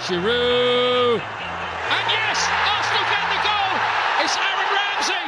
Giroud. And yes, Arsenal get the goal. It's Aaron Ramsey.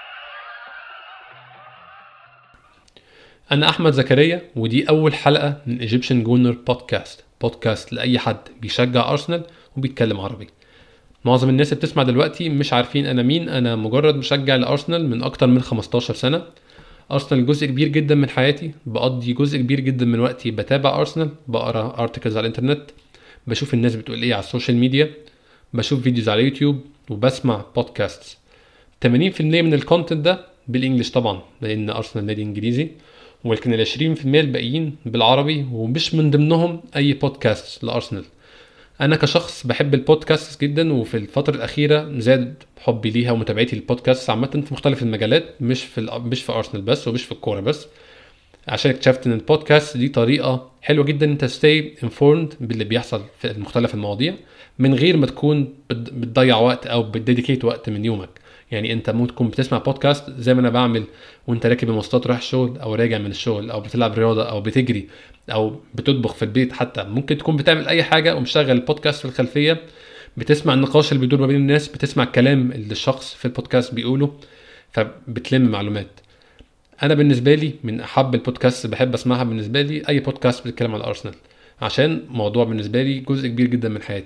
أنا أحمد زكريا ودي أول حلقة من Egyptian Gunner بودكاست لأي حد بيشجع أرسنال وبيتكلم عربي. معظم الناس اللي بتسمع دلوقتي مش عارفين أنا مين. أنا مجرد مشجع لأرسنال من أكتر من 15 سنة. أرسنال جزء كبير جدا من حياتي، بقضي جزء كبير جدا من وقتي بتابع أرسنال، بقرأ ارتكلز على الإنترنت، بشوف الناس بتقول إيه على السوشيال ميديا، بشوف فيديوز على يوتيوب وبسمع بودكاست. 80% من الكونتنت ده بالإنجليش طبعا لأن أرسنال نادي إنجليزي، ولكن 20% الباقيين بالعربي، ومش من ضمنهم أي بودكاست لأرسنال. أنا كشخص بحب البودكاست جدا، وفي الفترة الأخيرة زاد حبي ليها ومتابعتي للبودكاست عامة في مختلف المجالات، مش في أرسنال بس ومش في الكورة بس، عشان اكتشفت ان البودكاست دي طريقة حلوة جدا انت stay informed باللي بيحصل في مختلف المواضيع من غير ما تكون بتضيع وقت او بتديكيت وقت من يومك. يعني انت ممكن تكون بتسمع بودكاست زي ما انا بعمل وانت راكب المواصلات رايح الشغل او راجع من الشغل او بتلعب رياضة او بتجري او بتطبخ في البيت، حتى ممكن تكون بتعمل اي حاجة ومشغل البودكاست في الخلفية، بتسمع النقاش اللي بيدور ما بين الناس، بتسمع الكلام اللي الشخص في البودكاست بيقوله، فبتلم معلومات. انا بالنسبه لي من احب البودكاست بحب اسمعها بالنسبه لي اي بودكاست بيتكلم عن ارسنال، عشان موضوع بالنسبه لي جزء كبير جدا من حياتي.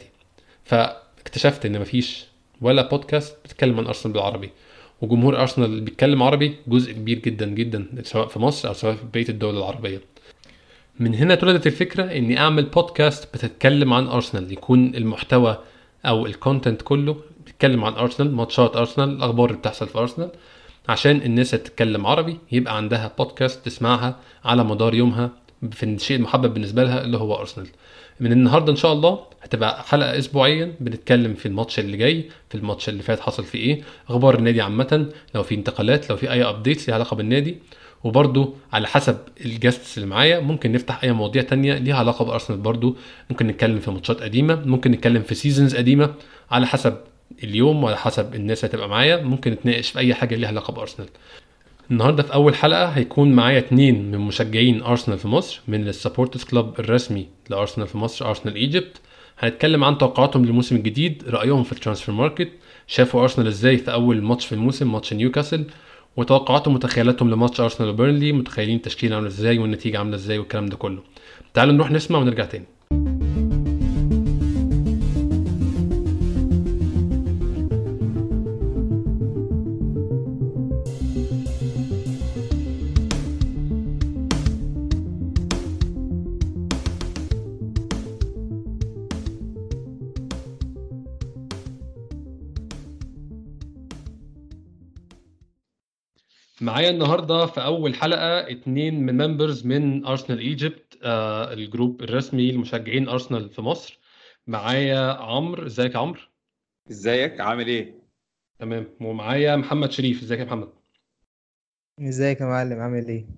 فاكتشفت ان مفيش ولا بودكاست بيتكلم عن ارسنال بالعربي، وجمهور ارسنال اللي بيتكلم عربي جزء كبير جدا جدا سواء في مصر او سواء في بقيه الدول العربيه. من هنا اتولدت الفكره اني اعمل بودكاست بتتكلم عن ارسنال، يكون المحتوى او الكونتنت كله بيتكلم عن ارسنال، ماتشات ارسنال، الاخبار اللي بتحصل في ارسنال، عشان الناس اللي تتكلم عربي يبقى عندها بودكاست تسمعها على مدار يومها في الشيء المحبب بالنسبه لها اللي هو ارسنال. من النهارده ان شاء الله هتبقى حلقه اسبوعيا بنتكلم في الماتش اللي جاي، في الماتش اللي فات حصل فيه ايه، اخبار النادي عامه، لو في انتقالات، لو في اي ابديتس ليها علاقه بالنادي، وبرضو على حسب الجاستس اللي معايا ممكن نفتح اي مواضيع تانية ليها علاقه بارسنال. برضو ممكن نتكلم في ماتشات قديمه، ممكن نتكلم في سيزونز قديمه، على حسب اليوم وعلى حسب الناس اللي هتبقى معايا ممكن نتناقش في اي حاجه ليها علاقه بارسنال. النهارده في اول حلقه هيكون معايا 2 من مشجعين ارسنال في مصر، من السبورترز كلوب الرسمي لارسنال في مصر، ارسنال ايجيبت. هنتكلم عن توقعاتهم للموسم الجديد، رايهم في الترانسفير ماركت، شافوا ارسنال ازاي في اول ماتش في الموسم، ماتش نيوكاسل، وتوقعاتهم وتخيلاتهم لماتش ارسنال وبيرنلي، متخيلين التشكيله عامله ازاي والنتيجه عامله ازاي والكلام ده كله. تعالوا نروح نسمع ونرجع تاني. معايا النهارده في اول حلقه 2 من ممبرز من ارسنال ايجيبت، الجروب الرسمي لمشجعين ارسنال في مصر. معايا عمرو، ازيك يا عمرو؟ ازيك عامل ايه؟ تمام. ومعايا محمد شريف، ازيك يا محمد؟ ازيك يا معلم عامل ايه؟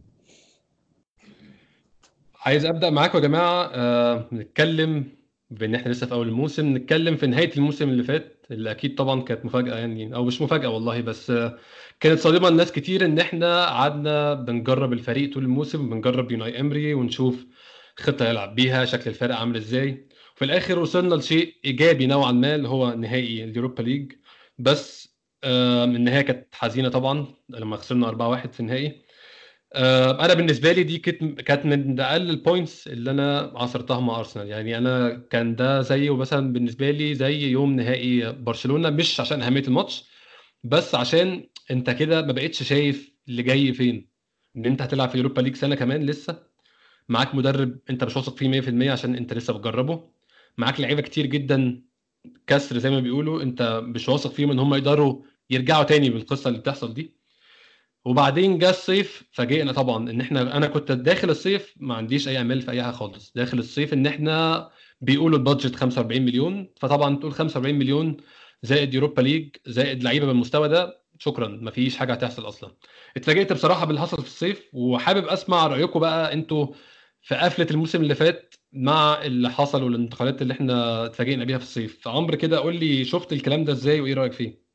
عايز ابدا معاكم يا جماعه، نتكلم بان احنا لسه في اول الموسم، نتكلم في نهايه الموسم اللي فات اللي اكيد طبعا كانت مفاجاه، يعني او مش مفاجاه والله، بس كانت صادمه لناس كتير ان احنا قعدنا بنجرب الفريق طول الموسم، بنجرب يوناي امري ونشوف خطه يلعب بيها، شكل الفرقه عامل ازاي، وفي الاخر وصلنا لشيء ايجابي نوعا ما اللي هو نهائي اليوروبا ليج. بس النهايه كانت حزينه طبعا لما خسرنا 4-1 في النهائي. انا بالنسبه لي دي كانت من اقل البوينتس اللي انا عصرتها مع ارسنال. يعني انا كان ده زي مثلا بالنسبه لي زي يوم نهائي برشلونه، مش عشان اهميه الماتش بس عشان انت كده ما بقتش شايف اللي جاي فين، ان انت هتلعب في اليوروبا ليج سنه كمان لسه، معاك مدرب انت مش واثق فيه 100% عشان انت لسه بتجربه، معاك لعيبه كتير جدا كسر زي ما بيقولوا، انت مش واثق فيهم ان هم يقدروا يرجعوا تاني بالقصه اللي بتحصل دي. وبعدين جه الصيف فاجئنا طبعا ان انا كنت داخل الصيف ما عنديش اي امال في اي حاجه خالص، داخل الصيف ان احنا بيقولوا البادجت 45 مليون، فطبعا تقول 45 مليون زائد يوروبا ليج زائد لعيبه بالمستوى ده، شكرا مفيش حاجه هتحصل اصلا. اتفاجئت بصراحه باللي حصل في الصيف، وحابب اسمع رايكم بقى انتوا في قفله الموسم اللي فات مع اللي حصل والانتقالات اللي احنا اتفاجئنا بيها في الصيف. عمرو كده قول لي شفت الكلام ده ازاي وايه رايك فيه؟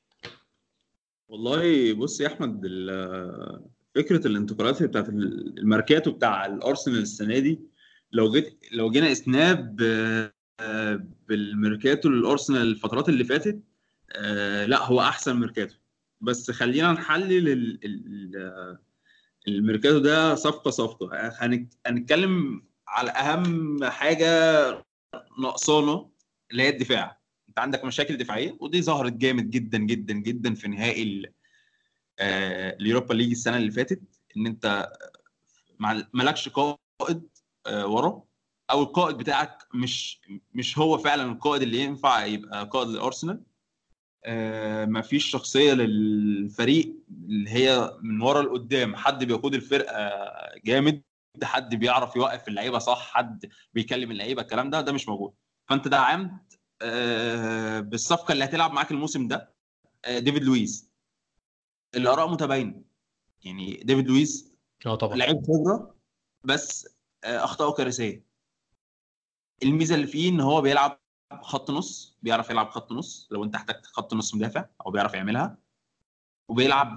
والله بص يا احمد، فكره الانتقالات بتاعت الماركاتو بتاع الارسنال السنه دي، لو جينا اسناب بالميركاتو للارسنال الفترات اللي فاتت، لا هو احسن ميركاتو. بس خلينا نحلل الميركاتو ده صفقه صفقه. هنتكلم على اهم حاجه ناقصانا، اللي هي الدفاع. انت عندك مشاكل دفاعيه، ودي ظهرت جامد جدا جدا جدا في نهائي اليوروبا ليج السنه اللي فاتت. ان انت مالكش قائد ورا، او القائد بتاعك مش هو فعلا القائد اللي ينفع يبقى قائد للارسنال. مفيش شخصيه للفريق اللي هي من ورا لقدام، حد بيقود الفرقه جامد، حد بيعرف يوقف اللعيبه صح، حد بيكلم اللعيبه، الكلام ده مش موجود. فانت دعمت بالصفقه اللي هتلعب معاك الموسم ده ديفيد لويس. الاراء متباينه، يعني ديفيد لويس طبعا لعيب خبره، بس اخطاؤه كارثيه. الميزه اللي فيه ان هو بيلعب خط نص، بيعرف يلعب خط نص لو انت احتجت خط نص مدافع، او بيعرف يعملها، وبيلعب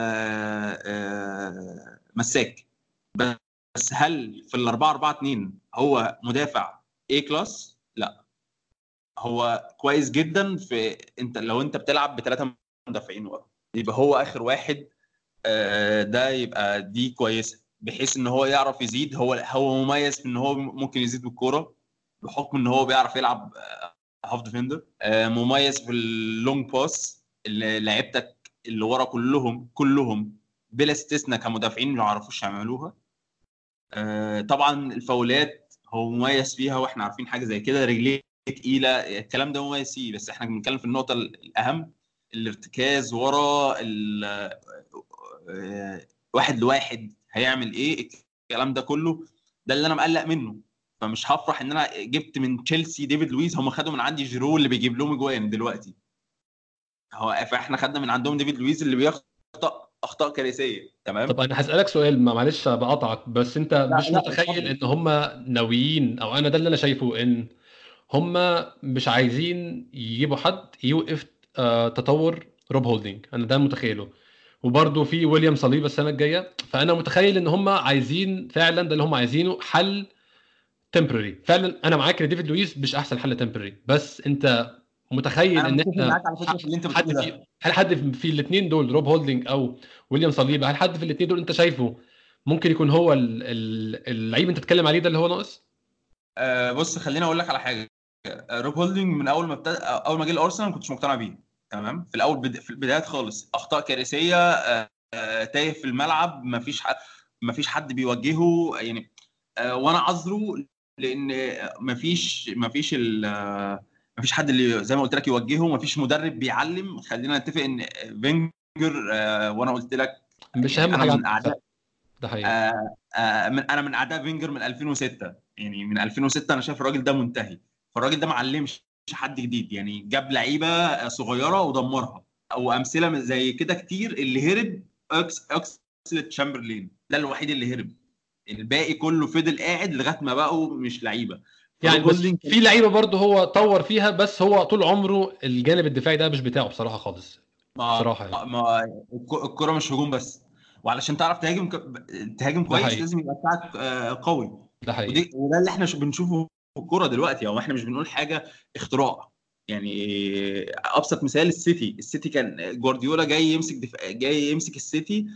مساك. بس هل في ال4-4-2 هو مدافع اي كلاس؟ لا، هو كويس جدا في انت لو انت بتلعب ب3 مدافعين ورا، يبقى هو اخر واحد. ده يبقى دي كويسه، بحيث ان هو يعرف يزيد. هو مميز في ان هو ممكن يزيد بالكوره، بحكم ان هو بيعرف يلعب هاف ديفندر. مميز في اللونج باس، اللي لعيبتك اللي ورا كلهم بلا استثناء كمدافعين ما يعرفوش يعملوها. طبعا الفاولات هو مميز فيها، واحنا عارفين حاجه زي كده. رجليه تقيله، الكلام ده مميز فيه، بس احنا بنتكلم في النقطه الاهم، الارتكاز ورا واحد لواحد هيعمل ايه، الكلام ده كله. ده اللي انا مقلق منه. فمش هفرح ان انا جبت من تشيلسي ديفيد لويس، هم خدوا من عندي جيرو اللي بيجيب لهم اجوان دلوقتي. فاحنا خدنا من عندهم ديفيد لويس اللي بيخطئ اخطاء كارثيه. تمام. طب انا هسألك سؤال، معلش بقطعك، بس انت لا مش لا متخيل اتفضل. ان هم ناويين، او انا ده اللي انا شايفه، ان هم مش عايزين يجيبوا حد يوقف تطور روب هولدنج؟ انا ده متخيله. وبرده في ويليام صليبا السنه الجايه، فانا متخيل ان هم عايزين فعلا ده اللي هم عايزينه، حل تمبرري. فعلا انا معاك ان ديفيد لويس مش احسن حل تمبرري، بس انت متخيل انا ان متفق احنا معاك على فكره في اللي انت حد بتقوله في ده. هل حد في الاثنين دول، روب هولدنج او ويليام صليبا، هل حد في الاثنين دول انت شايفه ممكن يكون هو اللعيب انت بتتكلم عليه ده اللي هو ناقص؟ بص خليني اقول لك على حاجه. روب هولدنج من اول ما اول ما جه الارسنال ما كنتش مقتنع بيه. تمام. في الاول في البدايات خالص اخطاء كارثيه، تايه في الملعب، ما فيش حد بيوجهه يعني. وانا عذره، لان ما فيش حد اللي زي ما قلت لك يوجهه، ما فيش مدرب بيعلم. خلينا نتفق ان فينجر، وانا قلت لك مش يعني اهم انا حاجه من عندك اعداء ده حقيقي. انا من اعداء فينجر من 2006. يعني من 2006 انا شايف الراجل ده منتهي. فالراجل ده ما علمش حد جديد، يعني جاب لعيبه صغيره ودمرها، او امثله زي كده كتير. اللي هرب اكسل تشامبرلين، ده الوحيد اللي هرب. الباقي كله فضل قاعد لغايه ما بقوا مش لعيبه. يعني فروب بس هولدنج في لعيبه برضه هو طور فيها، بس هو طول عمره الجانب الدفاعي ده مش بتاعه بصراحه خالص. ما بصراحه يعني ما الكره مش هجوم بس. وعلشان تعرف تهاجم ده كويس حقيقي. لازم يبقى بتاعك قوي. ده حقيقي. وده اللي احنا بنشوفه في الكوره دلوقتي، او احنا مش بنقول حاجه اختراع. يعني ابسط مثال السيتي كان جوارديولا جاي يمسك السيتي.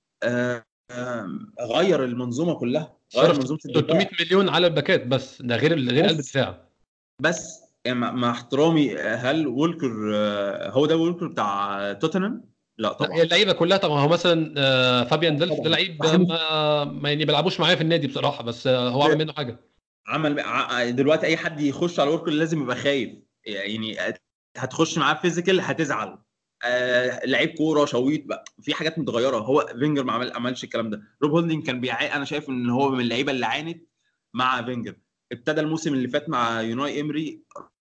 غير المنظومه كلها، غير صرف منظومه 300 الدفاع. مليون على الباكات بس، ده غير قلب بس الدفاع. يعني مع احترامي، هل وولكر هو ده وولكر بتاع توتنهام؟ لا لا، هي طبعا. اللعيبه كلها طبعا. هو مثلا فابيان ديلف ده طبعا لعيب ما يعني بيلعبوش معايا في النادي بصراحه، بس هو عمل منه حاجه. دلوقتي اي حد يخش على ووركر لازم يبقى خايف. يعني هتخش معاه فيزيكال هتزعل. لعيب كوره شويط بقى، في حاجات متغيره. هو فينجر ما عملش الكلام ده. روب هولدنج كان انا شايف ان هو من اللعيبه اللي عانت مع فينجر. ابتدى الموسم اللي فات مع يوناي امري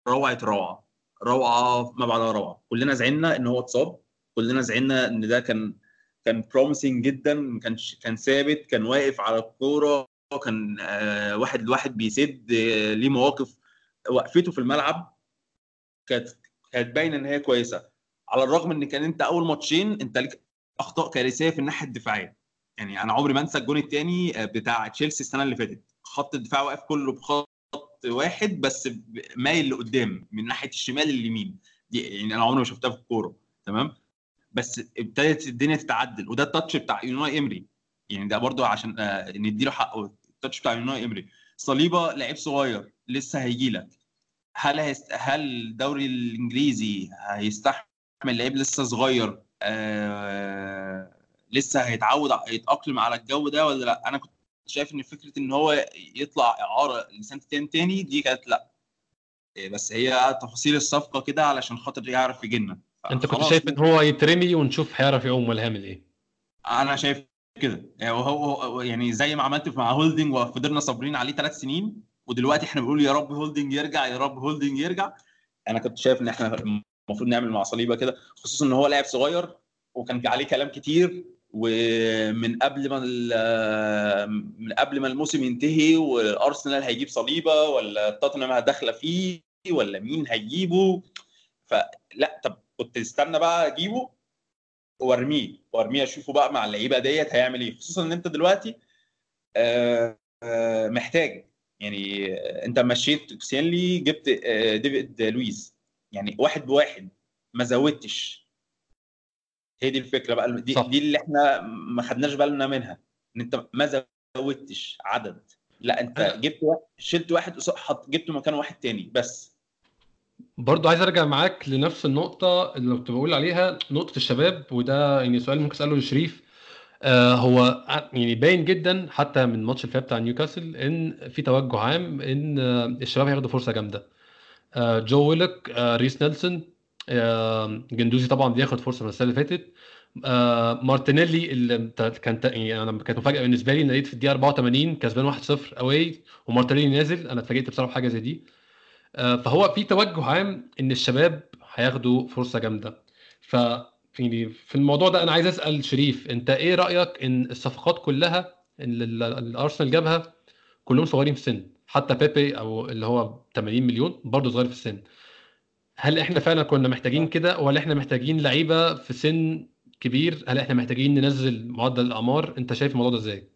روعه ما بعدها روعه. كلنا زعلنا ان هو اتصاب، كلنا زعلنا ان ده كان بروميسنج جدا. كان ثابت، كان واقف على الكوره، كان واحد لواحد بيسد، ليه مواقف. وقفته في الملعب كانت كانت باينه ان هي كويسه. على الرغم ان كان انت اول ماتشين انت ليك اخطاء كارثيه في الناحيه الدفاعيه. يعني انا عمري ما انسى الجون الثاني بتاع تشيلسي السنه اللي فاتت. خط الدفاع واقف كله بخط خط واحد بس مايل لقدام من ناحيه الشمال لليمين. دي يعني انا عمري ما شفتها في الكوره، تمام. بس ابتدت الدنيا تتعدل، وده التاتش بتاع يوناي امري. يعني ده برضو عشان نديله حقه، التاتش بتاع يوناي امري. صليبه لعيب صغير لسه هيجي لك. هل الدوري الانجليزي هيستحمل لعيب لسه صغير لسه هيتاقلم على الجو ده ولا لا؟ انا كنت شايف ان فكره ان هو يطلع اعاره لسنتين تاني دي كانت لا. بس هي تفاصيل الصفقه كده علشان خاطر يعرف يجينا. انت كنت خلاص، شايف ان هو يترمي ونشوف هيعرف يعوم ولا هيعمل ايه؟ انا شايف كده. يعني هو يعني زي ما عملت مع هولدنج وفضلنا صابرين عليه 3 سنين، ودلوقتي احنا بنقول يا رب هولدنج يرجع، يا رب هولدنج يرجع. انا كنت شايف ان احنا المفروض نعمل مع صليبه كده، خصوصا ان هو لاعب صغير وكان عليه كلام كتير. ومن قبل ما الموسم ينتهي والارسنال هيجيب صليبه ولا توتنهام داخله فيه ولا مين هيجيبه. فلا، طب كنت استنى بقى اجيبه وارميه اشوفه بقى مع اللعيبه ديت هيعمل ايه، خصوصا ان انت دلوقتي محتاج. يعني انت مشيت كسيانلي، جبت ديفيد لويس، يعني واحد بواحد، ما زودتش. هي دي الفكره بقى، دي, صح. دي اللي احنا ما خدناش بالنا منها، ان انت ما زودتش عدد. لا، انت انا جبت واحد، شلت واحد جبت مكان واحد تاني بس. برضو عايز ارجع معاك لنفس النقطه اللي كنت بقول عليها، نقطه الشباب. وده يعني سؤال ممكن اساله لشريف. هو يعني باين جدا حتى من الماتش اللي فات بتاع نيوكاسل ان في توجه عام ان الشباب هياخدوا فرصه جامده. جو ويلك، ريس نيلسون، جندوزي طبعا بياخد فرصه من السنه اللي فاتت. مارتينيلي اللي يعني انا كانت مفاجاه بالنسبه لي ان لقيت في الدقيقه 84 كسبان 1-0 اواي ومارتينيلي نازل. انا اتفاجئت بصراحه حاجه زي دي. فهو في توجه عام ان الشباب هياخدوا فرصه جامده. ف في الموضوع ده انا عايز اسال شريف، انت ايه رايك ان الصفقات كلها اللي الارسنال جابها كلهم صغيرين في السن؟ حتى بيبي او اللي هو 80 مليون برضه صغير في السن. هل احنا فعلا كنا محتاجين كده ولا احنا محتاجين لعيبه في سن كبير؟ هل احنا محتاجين ننزل معدل الاعمار؟ انت شايف الموضوع ده ازاي؟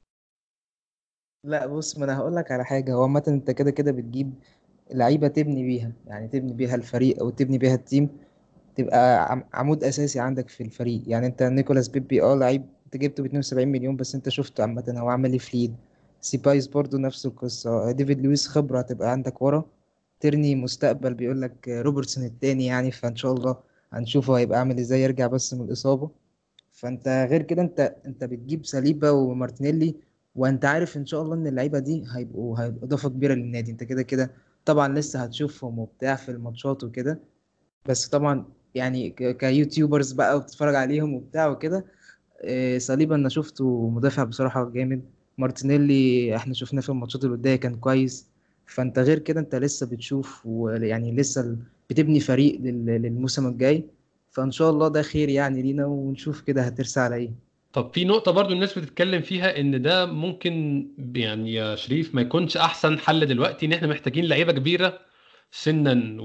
لا بص، ما انا هقول لك على حاجه. هو عامه انت كده كده بتجيب لعيبه تبني بيها، يعني تبني بيها الفريق او تبني بيها التيم، تبقى عمود اساسي عندك في الفريق. يعني انت نيكولاس بيبي لعيب انت جبته ب 72 مليون، بس انت شفته عامه هو عمل ايه في ليد. سيبايس برضو نفس القصه. ديفيد لويس خبره هتبقى عندك ورا. ترني مستقبل بيقول لك روبرتسون التاني يعني، فان شاء الله هنشوفه هيبقى عامل ازاي يرجع بس من الاصابه. فانت غير كده انت بتجيب ساليبا ومارتينيلي، وانت عارف ان شاء الله ان اللعيبه دي هيبقوا اضافه كبيره للنادي. انت كده كده طبعا لسه هتشوفهم وبتاع في الماتشات وكده، بس طبعا يعني كيوتيوبرز بقى وبتتفرج عليهم وبتاع وكده. صليبا انا شفته مدافع بصراحه جامد. مارتينيلي احنا شفناه في الماتشات الوديه كان كويس. فانت غير كده انت لسه بتشوف، ويعني لسه بتبني فريق للموسم الجاي. فان شاء الله ده خير يعني لينا، ونشوف كده هترسى على ايه. طب في نقطة برضو الناس بتتكلم فيها ان ده ممكن يعني يا شريف ما يكونش احسن حل دلوقتي، ان احنا محتاجين لعيبة كبيرة سنا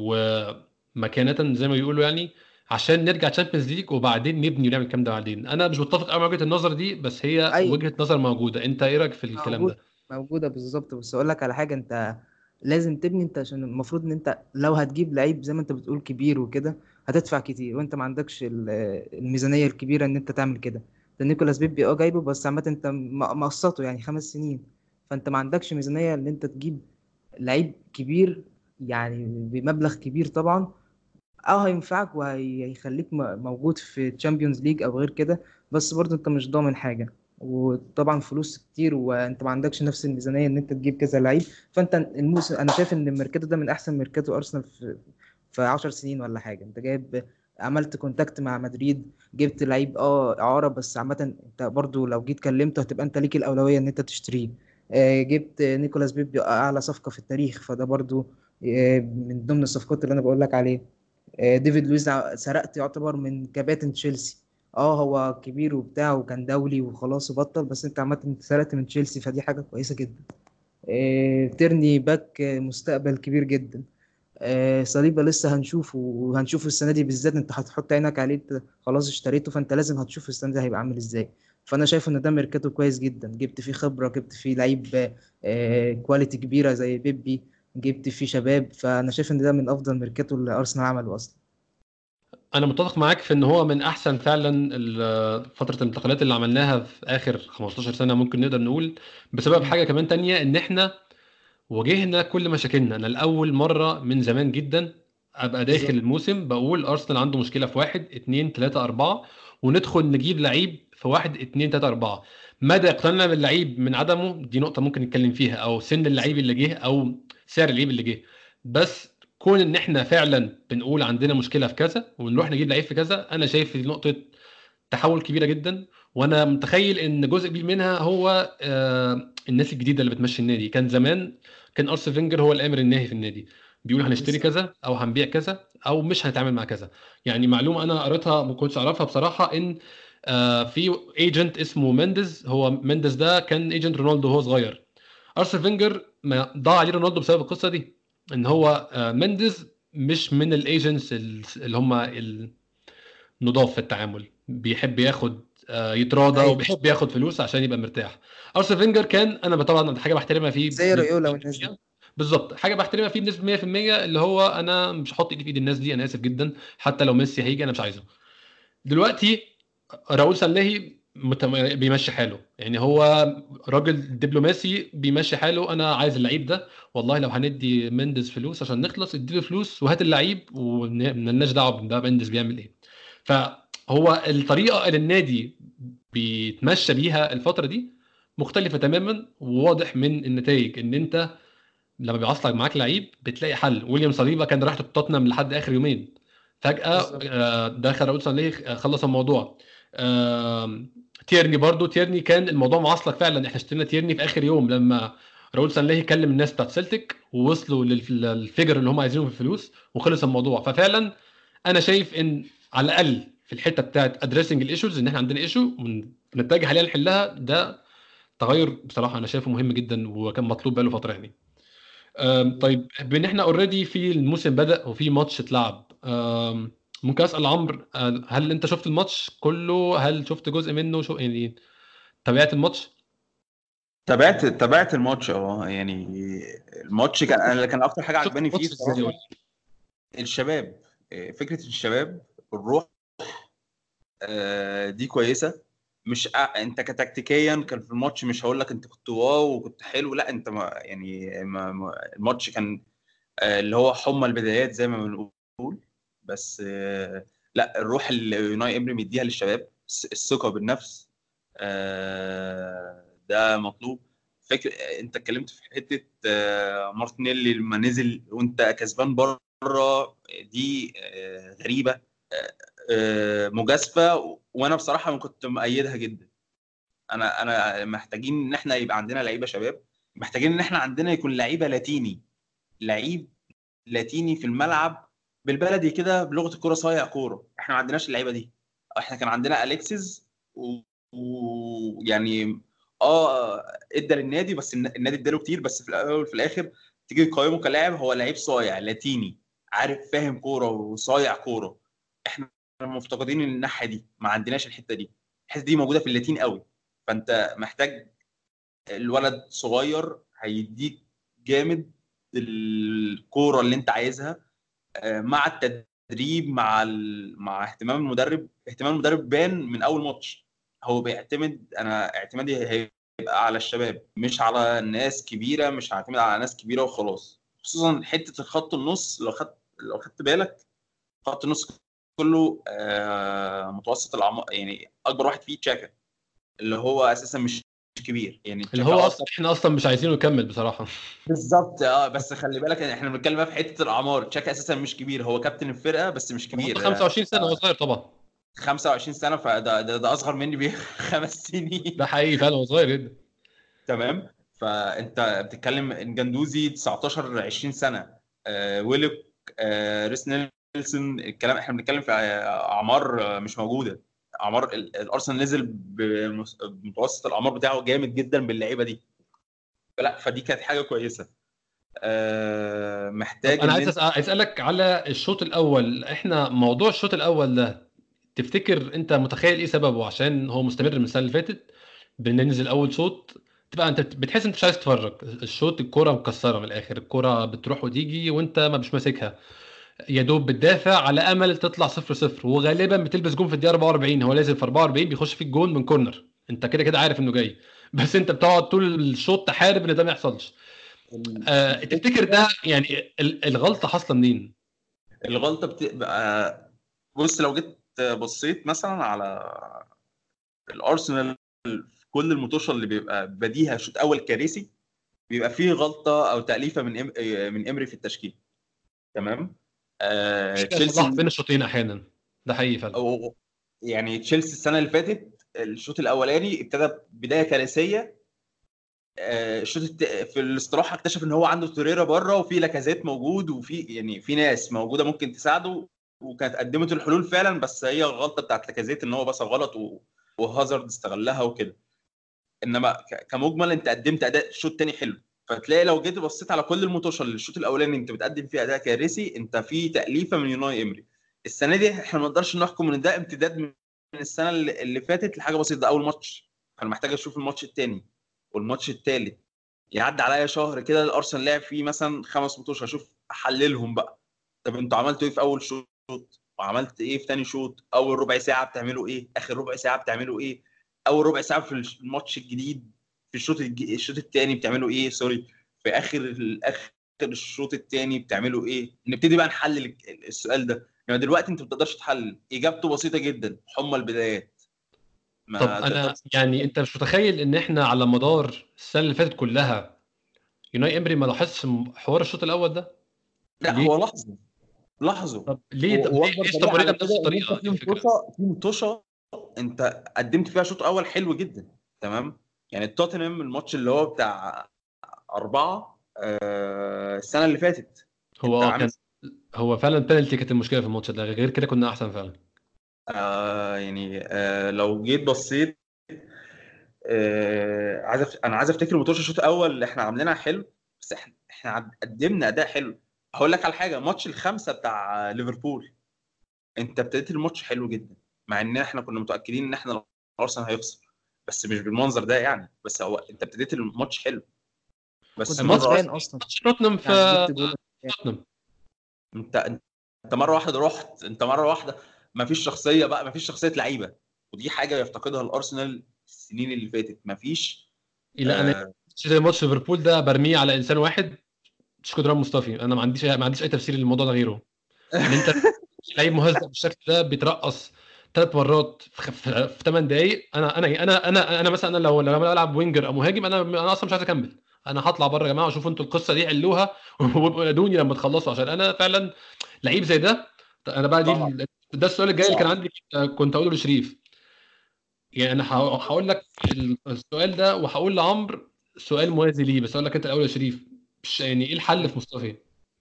ومكانة زي ما بيقولوا يعني، عشان نرجع تشامبيونز ليج وبعدين نبني ونعمل الكلام ده بعدين. انا مش متفق قوي مع وجهة النظر دي، بس هي ايوه، وجهة نظر موجودة. انت ايه رايك في الكلام موجود ده؟ موجودة بالظبط. بس أقول لك على حاجة، أنت لازم تبني. أنت عشان المفروض إن أنت لو هتجيب لعيب زي ما أنت بتقول كبير وكده هتدفع كتير، وأنت ما عندكش الميزانية الكبيرة إن أنت تعمل كده. ده نيكولاس بيبي جايبه، بس عامة أنت مقسطه يعني 5 سنين. فأنت ما عندكش ميزانية إن أنت تجيب لعيب كبير يعني بمبلغ كبير طبعا. هينفعك وهيخليك موجود في تشامبيونز ليج او غير كده، بس برضه انت مش ضامن حاجه. وطبعا فلوس كتير، وانت ما عندكش نفس الميزانيه ان انت تجيب كذا لعيب. فانت الموسم انا شايف ان الميركاتو ده من احسن ميركاتو ارسنال في 10 سنين ولا حاجه. انت جايب، عملت كونتاكت مع مدريد، جبت لعيب اعاره، بس عامه انت برضو لو جيت كلمته هتبقى انت ليك الاولويه ان انت تشتريه. جبت نيكولاس بيبي اعلى صفقه في التاريخ، فده برضو من ضمن الصفقات اللي انا بقول لك عليه. ديفيد لويز سرقت يعتبر من كباتن تشيلسي. هو كبير وبتاع وكان دولي وخلاص وبطل، بس انت عامه انت سرقت من تشيلسي، فدي حاجه كويسه جدا. ترني باك مستقبل كبير جدا. صليبا لسه هنشوفه، وهنشوفه السنه دي بالذات. انت هتحط عينك عليه، انت خلاص اشتريته، فانت لازم هتشوف السنه دي هيبقى عامل ازاي. فانا شايف ان ده ميركاتو كويس جدا. جبت فيه خبره، جبت فيه لعيب كواليتي كبيره زي بيبي، جبت فيه شباب، فانا شايف ان ده من افضل ميركاتو اللي ارسنال عمله اصلا. انا متفق معاك في ان هو من احسن فعلا فتره الانتقالات اللي عملناها في اخر 15 سنه، ممكن نقدر نقول. بسبب مم. حاجه كمان تانية، ان احنا واجهنا كل مشاكلنا. انا الاول مره من زمان جدا ابقى داخل بالظبط. الموسم بقول ارسنال عنده مشكله في واحد اتنين تلاته اربعه، وندخل نجيب لعيب في واحد اتنين تلاته اربعه. مدى اقتناعنا باللعيب من عدمه دي نقطه ممكن نتكلم فيها، او سن اللعيب اللي جه، او سعر اللعيب اللي جه. بس كون ان احنا فعلا بنقول عندنا مشكله في كذا ونروح نجيب لعيب في كذا، انا شايف دي نقطه تحول كبيره جدا. وانا متخيل ان جزء كبير منها هو الناس الجديده اللي بتمشي النادي. كان زمان كان ارسن فينجر هو الامر الناهي في النادي، بيقول هنشتري بالظبط. كذا او هنبيع كذا او مش هنتعامل مع كذا. يعني معلومه انا قريتها ما كنتش اعرفها بصراحه، ان في ايجنت اسمه مينديز. هو مينديز ده كان ايجنت رونالدو وهو صغير. ارسن فينجر ما ضاع عليه رونالدو بسبب القصه دي، ان هو مينديز مش من الايجنتس اللي هم نضاف في التعامل، بيحب ياخد يتراضى ايوه، وبيحب ياخد فلوس عشان يبقى مرتاح. ارسن فينجر كان، انا طبعا حاجه بحترمها فيه زي بنسبه ريولا والناس دي. 100%. بالظبط، حاجه بحترمها فيه بنسبه 100%، اللي هو انا مش هحط ايدي في ايد الناس دي، انا اسف جدا. حتى لو ميسي هيجي انا مش عايزه. دلوقتي راؤول سنلهي بيمشي حاله، يعني هو راجل دبلوماسي بيمشي حاله. انا عايز اللعيب ده، والله لو هندي مندز فلوس عشان نخلص اديله فلوس وهات اللعيب، وملناش دعوه ده مندز بيعمل ايه. فهو الطريقه اللي النادي بيتمشى بيها الفتره دي مختلفه تماما، وواضح من النتائج ان انت لما بيعصلك معاك لعيب بتلاقي حل. ويليام صليبا كان راح توتنهام لحد اخر يومين، فجاه بالظبط. دخل راؤول سانليه خلص الموضوع. تيرني برضو، تيرني كان الموضوع معصلك فعلا. احنا اشترينا تيرني في اخر يوم لما راؤول سانليه كلم الناس بتاعت سيلتيك ووصلوا للفيجر اللي هم عايزينه في الفلوس وخلص الموضوع. ففعلا انا شايف ان على الاقل في الحته بتاعت ادريسنج الايشوز، ان احنا عندنا ايشو ونتجه عليها نحلها، ده تغير بصراحه انا شايفه مهم جدا وكان مطلوب بقاله فتره يعني. طيب بان احنا اوريدي في الموسم بدأ وفي ماتش اتلعب، ممكن اسال عمرو، هل انت شفت الماتش كله؟ هل شفت جزء منه؟ شو يعني تابعت الماتش؟ تابعت الماتش يعني. الماتش كان انا اللي كان اكتر حاجه شفت عجباني فيه الماتش ازاي؟ بصراحه الشباب. فكره الشباب، الروح دي كويسه. مش انت كتكتيكيا كان في الماتش، مش هقول لك انت كنت واو وكنت حلو، لا انت ما يعني الماتش كان اللي هو حمى البدايات زي ما بنقول. بس لا، الروح اللي يوناي امري مديها للشباب، الثقه بالنفس، ده مطلوب. فكر انت اتكلمت في حته مارتينيلي لما نزل وانت كسبان بره، دي غريبه، مجازفه، وانا بصراحه كنت مؤيدها جدا. انا محتاجين ان احنا يبقى عندنا لعيبه شباب، محتاجين ان احنا عندنا يكون لعيبه لاتيني، لعيب لاتيني في الملعب، بالبلدي كده بلغه الكوره، صايع كوره. احنا ما عندناش اللعيبه دي. احنا كان عندنا اليكسيز ويعني ادى للنادي، بس النادي اداله كتير، بس في الاول وفي الاخر تيجي تقيمه كلاعب، هو لعيب صايع لاتيني، عارف فاهم كوره وصايع كوره. احنا مفتقدين الناحيه دي، ما عندناش الحته دي. الحته دي موجوده في اللاتين قوي. فانت محتاج الولد صغير هيديك جامد الكوره اللي انت عايزها، مع التدريب، مع اهتمام المدرب. اهتمام المدرب بان من اول ماتش. هو بيعتمد، انا اعتمادي هيبقى على الشباب مش على ناس كبيره، مش هعتمد على ناس كبيره وخلاص. خصوصا حته الخط النص، لو خدت بالك، خط النص كله متوسط الاعمار، يعني اكبر واحد فيه تشاكا، اللي هو اساسا مش كبير، يعني اللي تشاكا هو اصلا احنا اصلا مش عايزينه يكمل بصراحه. بالظبط. بس خلي بالك ان احنا بنتكلم بقى في حته الاعمار. تشاكا اساسا مش كبير، هو كابتن الفرقه بس مش هو عنده كبير. 25 سنه، هو صغير طبعا. 25 سنه، ده اصغر مني بخمس ده سنين. حقيقي فعلا، هو صغير جدا. تمام. فانت بتتكلم ان جندوزي 19 20 سنه، ويلك، ريس نيلسون. الكلام احنا بنتكلم في اعمار مش موجوده. اعمار الارسنال نزل بمتوسط الاعمار بتاعه جامد جدا باللعيبه دي. فدي كانت حاجه كويسه. طب محتاج انا ان عايز انت اسالك على الشوط الاول. احنا موضوع الشوط الاول ده تفتكر انت متخيل ايه سببه؟ عشان هو مستمر من السنه اللي فاتت، بننزل اول شوط تبقى انت بتحس انت مش عايز تتفرج. الشوط الكوره مكسره من الاخر، الكوره بتروح وتيجي وانت ما مش ماسكها، يا دوب بتدافع على امل تطلع 0-0، وغالبا بتلبس جون في الدقيقه 44. هو لازم في 44 بيخش فيك جون من كورنر، انت كده كده عارف انه جاي، بس انت بتقعد طول الشوط تحارب ان ده ما يحصلش. تفتكر الفكره ده يعني الغلطه حاصله منين؟ الغلطه بتبقى، بص لو جيت بصيت مثلا على الارسنال في كل المطوشه اللي بيبقى بديها شوط اول كارثي، بيبقى فيه غلطه او تاليفه من امري في التشكيل. تمام. صلاح تشيلسي بين الشوطين احيانا، ده حقيقي فعلا. او يعني تشيلسي السنه اللي فاتت الشوط الاولاني ابتدى بدايه كارثيه. في الاستراحه اكتشف ان هو عنده توريرا بره وفي لاكازيت موجود وفي يعني في ناس موجوده ممكن تساعده، وكانت قدمت الحلول فعلا، بس هي الغلطه بتاعت لاكازيت ان هو بس غلط وهازارد استغلها وكده. انما كمجمل انت قدمت اداء الشوط الثاني حلو. فتلاقي لو جيت بصيت على كل المطوشه اللي الشوط الاولاني انت بتقدم فيه اداء كارثي، انت في تاليفه من يوناي امري. السنه دي احنا ما نقدرش نحكم ان ده امتداد من السنه اللي فاتت لحاجه بسيطه. ده اول ماتش، انا محتاج اشوف الماتش الثاني والماتش الثالث. يعدي عليا شهر كده الارسنال لعب فيه مثلا 5 ماتشات، اشوف احللهم بقى. طب انتوا عملتوا ايه في اول شوط، وعملت ايه في ثاني شوط؟ اول ربع ساعه بتعملوا ايه؟ اخر ربع ساعه بتعملوا ايه؟ اول ربع ساعه في الماتش الجديد، في الشوط الثاني بتعملوا ايه؟ سوري، في اخر الشوط الثاني بتعملوا ايه؟ نبتدي بقى نحلل السؤال ده. يعني دلوقتي انت ما بتقدرش تحلل، اجابته بسيطه جدا، حمى البدايات. طب ما انا تقدرش. يعني انت مش متخيل ان احنا على مدار السنه اللي فاتت كلها يوناي امري ما لاحظش حوار الشوط الاول ده؟ لا ليه؟ هو لحظه. طب ليه واكبر دليل استمرينا على بنفس كده ان الطريقه؟ انت دي الفكره. في مطوشه انت قدمت فيها شوط اول حلو جدا. تمام. يعني توتنهام الماتش اللي هو بتاع 4 السنه اللي فاتت، هو انت عامل كان، هو فعلا بينالتي كانت المشكله في الماتش ده، غير كده كنا احسن فعلا. يعني لو جيت بصيت انا عايز افتكر ماتش الشوط الاول اللي احنا عاملينها حلو، بس احنا قدمنا اداء حلو. هقول لك على حاجه، ماتش الخمسه بتاع ليفربول، انت ابتديت الماتش حلو جدا، مع ان احنا كنا متاكدين ان احنا ارسنال هيخسر، بس مش بالمنظر ده يعني. بس هو انت ابتديت الماتش حلو، بس كنت مره الماتش كسبان واحده اصلا توتنهام في يعني، جبت جول. توتنهام. انت مره واحده رحت، انت مره واحده ما فيش شخصيه بقى، ما فيش شخصيه لعيبه. ودي حاجه يفتقدها الارسنال السنين اللي فاتت، ما فيش. لا انا زي ماتش ليفربول ده برميه على انسان واحد، شكرا مصطفي. انا ما عنديش اي تفسير للموضوع ده غيره، ان انت لعيب مهزأ بالشكل ده بيترقص 3 مرات في 8 دقائق. انا مثلا، انا لو انا بلعب وينجر او مهاجم، انا اصلا مش عايز اكمل. انا هطلع بره يا جماعه وشوفوا انتوا القصه دي حلوها وابقوا نادوني لما تخلصوا، عشان انا فعلا لعيب زي ده. انا بقى صعب ده السؤال الجاي اللي كان صعب. عندي، كنت اقوله لشريف. يعني انا هقول لك السؤال ده، وهقول لعمرو سؤال موازي ليه، بس اقول لك انت الاول يا شريف. مش يعني ايه الحل في مصطفى؟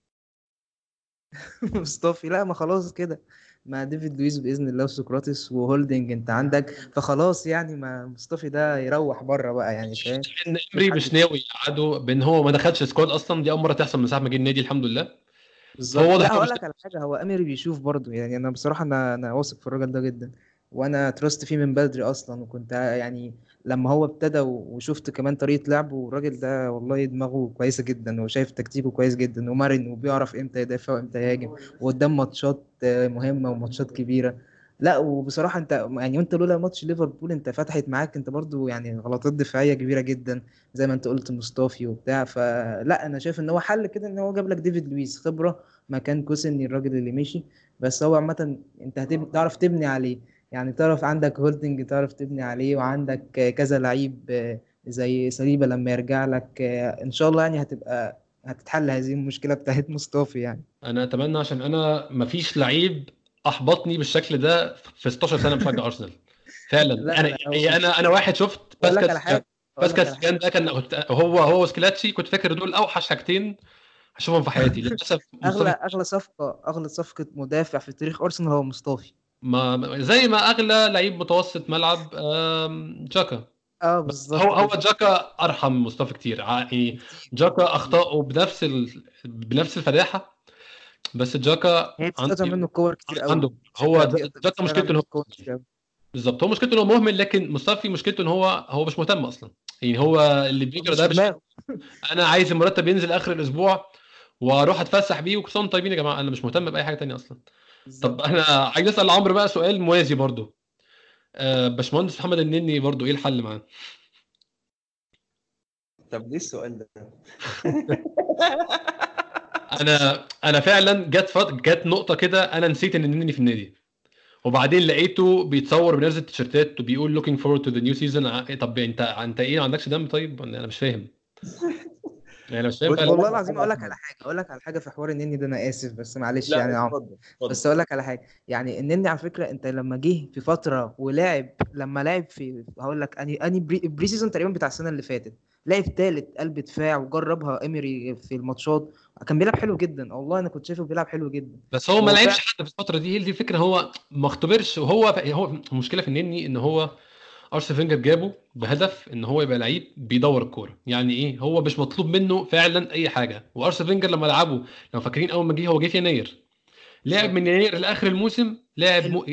مصطفي لا، ما خلاص كده، مع ديفيد لويس باذن الله وسقراطس وهولدنج انت عندك، فخلاص يعني ما مصطفي ده يروح بره بقى يعني، فاهم؟ ان شوف امري حد مش تاني. ناوي يقعده، بان هو ما دخلش سكواد اصلا، دي اول مره تحصل من ساعه ما جه النادي الحمد لله. فهو بالظبط. واضح لا ان هو هقول مش لك على حاجه، هو اميري بيشوف برضو يعني، انا بصراحه انا واثق في الراجل ده جدا، وانا تراست فيه من بدري اصلا، وكنت يعني لما هو ابتدى وشفت كمان طريقه لعبه، والراجل ده والله دماغه كويسه جدا، وشايف تكتيكه كويس جدا ومرن، وبيعرف امتى يدافع وامتى يهاجم، وقدام ماتشات مهمه وماتشات كبيره. لا وبصراحه انت يعني، وانت لولا ماتش ليفربول انت فتحت معاك انت برضو يعني غلطات دفاعيه كبيره جدا، زي ما انت قلت مصطفي وبتاع. فلا انا شايف ان هو حل كده، ان هو جاب لك ديفيد لويس خبره مكان كوسني الراجل اللي مشي. بس هو عامة انت تعرف تبني عليه، يعني تعرف عندك هولدنج تعرف تبني عليه، وعندك كذا لعيب زي سليبة لما يرجع لك ان شاء الله يعني هتتحل هذه المشكلة بتاعت مصطفى يعني. انا اتمنى، عشان انا ما فيش لعيب احبطني بالشكل ده في 16 سنه مشجع ارسنال فعلا. لا لا هو انا واحد شفت اقول لك على حاجة اقول لك على باسكال حاجة ده كان هو وسكلاتشي، كنت فاكر دول اوحش حاجتين هشوفهم في حياتي. للاسف اغلى مصطفى اغلى صفقة مدافع في تاريخ ارسنال هو مصطفى. زي ما اغلى لعيب متوسط ملعب جاكا. اه بس هو بالظبط هو كده. جاكا ارحم من مصطفى كتير، يعني بكتير جاكا بكتير. اخطائه بنفس الفداحه، بس جاكا هي بتتقطع منه الكور كتير قوي، عنده، هو بيقطع جاكا بيضيع مشكلته ان منه هو، الكور كتير قوي. بالظبط هو مشكلته ان هو مهمل، لكن مصطفى مشكلته ان هو مش مهتم اصلا. يعني هو اللي بيجرى مش ده في مش دماغه. انا عايز المرتب ينزل اخر الاسبوع واروح اتفسح بيه وكل سنه وانتم طيبين يا جماعه، انا مش مهتم باي حاجه تانية اصلا. طب بالظبط. انا عايز اسال عمرو بقى سؤال موازي برضو. باشمهندس محمد النني برضو ايه الحل معاه؟ طب ليه السؤال ده؟ انا فعلا جت نقطه كده انا نسيت ان النني في النادي، وبعدين لقيته بيتصور بنزل التيشيرتات وبيقول looking forward to the new season. طب انت ايه، ما عندكش دم؟ طيب انا مش فاهم، يعني انا مش فاهم بص طب فعلا. اقول لك والله على العظيم حاجه يا اقول لك على حاجه في حوار النني ده، انا اسف بس معلش لا يعني يا عمرو. اتفضل اتفضل. بس اقول لك على حاجه، يعني النني على فكره انت لما جه في فتره ولعب، لما لعب في هقول لك اني بري سيزون تقريبا بتاع السنه اللي فاتت، لعب تالت قلب دفاع وجربها ايمري في الماتشات، كان بيلعب حلو جدا والله، انا كنت شايفه بيلعب حلو جدا. بس هو ما وهو لعبش فعلا حد في الفتره دي، هي دي الفكره، هو ما اختبرش. وهو المشكله في النني ان هو ارسنال فينجر جابه بهدف ان هو يبقى لعيب بيدور الكوره. يعني ايه، هو مش مطلوب منه فعلا اي حاجه. وارسنال فينجر لما لعبه، لو فاكرين اول ما جه، هو جه في يناير، لعب بالظبط. من يناير لاخر الموسم، لعب حلو.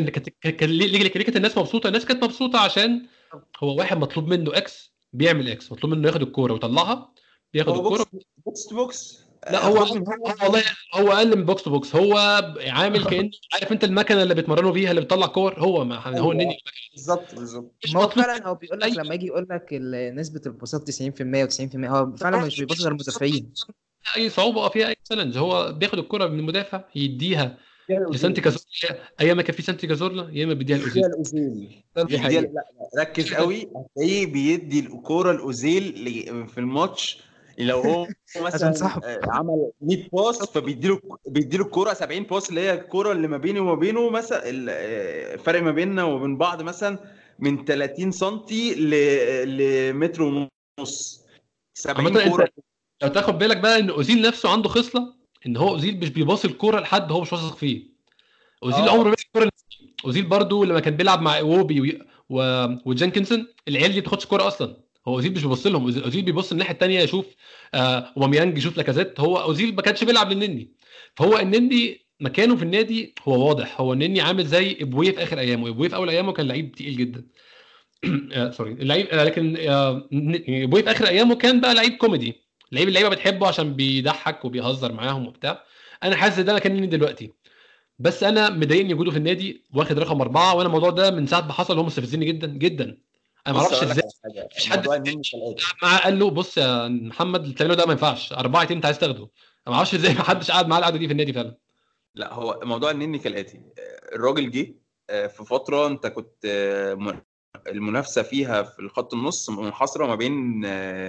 ليه كانت الناس مبسوطه؟ الناس كانت مبسوطه عشان هو واحد مطلوب منه اكس بيعمل اكس، مطلوب منه ياخد الكوره ويطلعها، بياخد هو الكوره. بوكس تو بوكس لا هو خد من هنا هو والله هو اقل من بوكس تو بوكس. هو عامل كانه، عارف انت المكنه اللي بيتمرنوا بيها اللي بتطلع كور، هو ما هو النني ايوه بالظبط بالظبط. مش ما هو مطلوب فعلا هو بيقول اي لك لما يجي يقول لك نسبه الباصات 90% و90%، هو فعلا مش بيباص غير المدافعين. اي صعوبه او فيها اي تشالنج. هو بياخد الكره من المدافع يديها فيها لسانتي الاوزيل. كازورلا ايام ما كان في سانتي كازورلا، يا اما بيديها بيديها لاوزيل. الاوزيل. دي بيديها حقيقه. لا لا، ركز قوي هتلاقيه بيدي الكوره الاوزيل في الماتش. لو هو عشان مثلا صاحبه. عمل 100 باس بيديله الكوره 70 باس، اللي هي الكوره اللي ما بيني وما بينه مثلا الفرق ما بيننا وبين بعض مثلا من 30 سنتي لمتر ونص. عامه 70 انت كوره. لو تاخد بالك بقى ان اوزيل نفسه عنده خصله، ان هو اوزيل مش بيباصي الكوره لحد هو مش واثق فيه. اوزيل عمره ما اه بيباصي الكوره. اوزيل برضو لما كان بيلعب مع ايوبي وجانكنسون، العيال دي ما بتاخدش كوره اصلا. هو اوزيل مش بيبص لهم، اوزيل بيبص الناحيه الثانيه يشوف اوباميانج، يشوف لاكازيت. هو اوزيل ما كانش بيلعب للنني. فهو النني مكانه في النادي هو واضح. هو النني عامل زي ابويه في اخر ايامه. ابويه في اول ايامه كان لعيب تقيل جدا. سوري اللعيب، لكن ابويه في اخر ايامه كان بقى لعيب كوميدي، لعيب اللعيبه بتحبه عشان بيضحك وبيهزر معاهم وبتاع. انا حاسس ده مكان النني دلوقتي. بس انا مضايقني وجوده في النادي واخد رقم 4، وانا الموضوع ده من ساعه ما حصل هو مستفزني جدا جدا. انا ما بص اعرفش اقول لك ازاي على حاجه، مفيش حد موضوع النني كالاتي. معاه قال له بص يا محمد اللي بتعمله ده ما ينفعش، 4 انت عايز تاخده. انا ما اعرفش ازاي ما حدش قاعد معاه القعده دي في النادي فعلا. لا هو موضوع النني كالاتي. الراجل جه في فتره انت كنت المنافسه فيها في الخط النص منحصره ما بين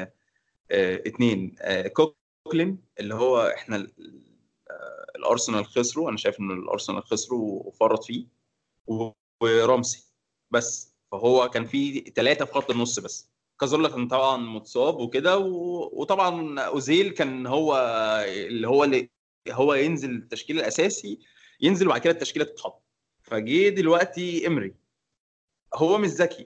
اتنين. كوكلين اللي هو احنا الارسنال خسروا، انا شايف ان الارسنال خسروا وفرط فيه، ورامسي. بس فهو كان في ثلاثه في خط النص بس. كازورلا كان طبعا متصاب وكده وطبعا اوزيل كان هو اللي هو ينزل التشكيل الاساسي، ينزل وبعد كده التشكيله تتحط. فجه دلوقتي امري، هو مش ذكي.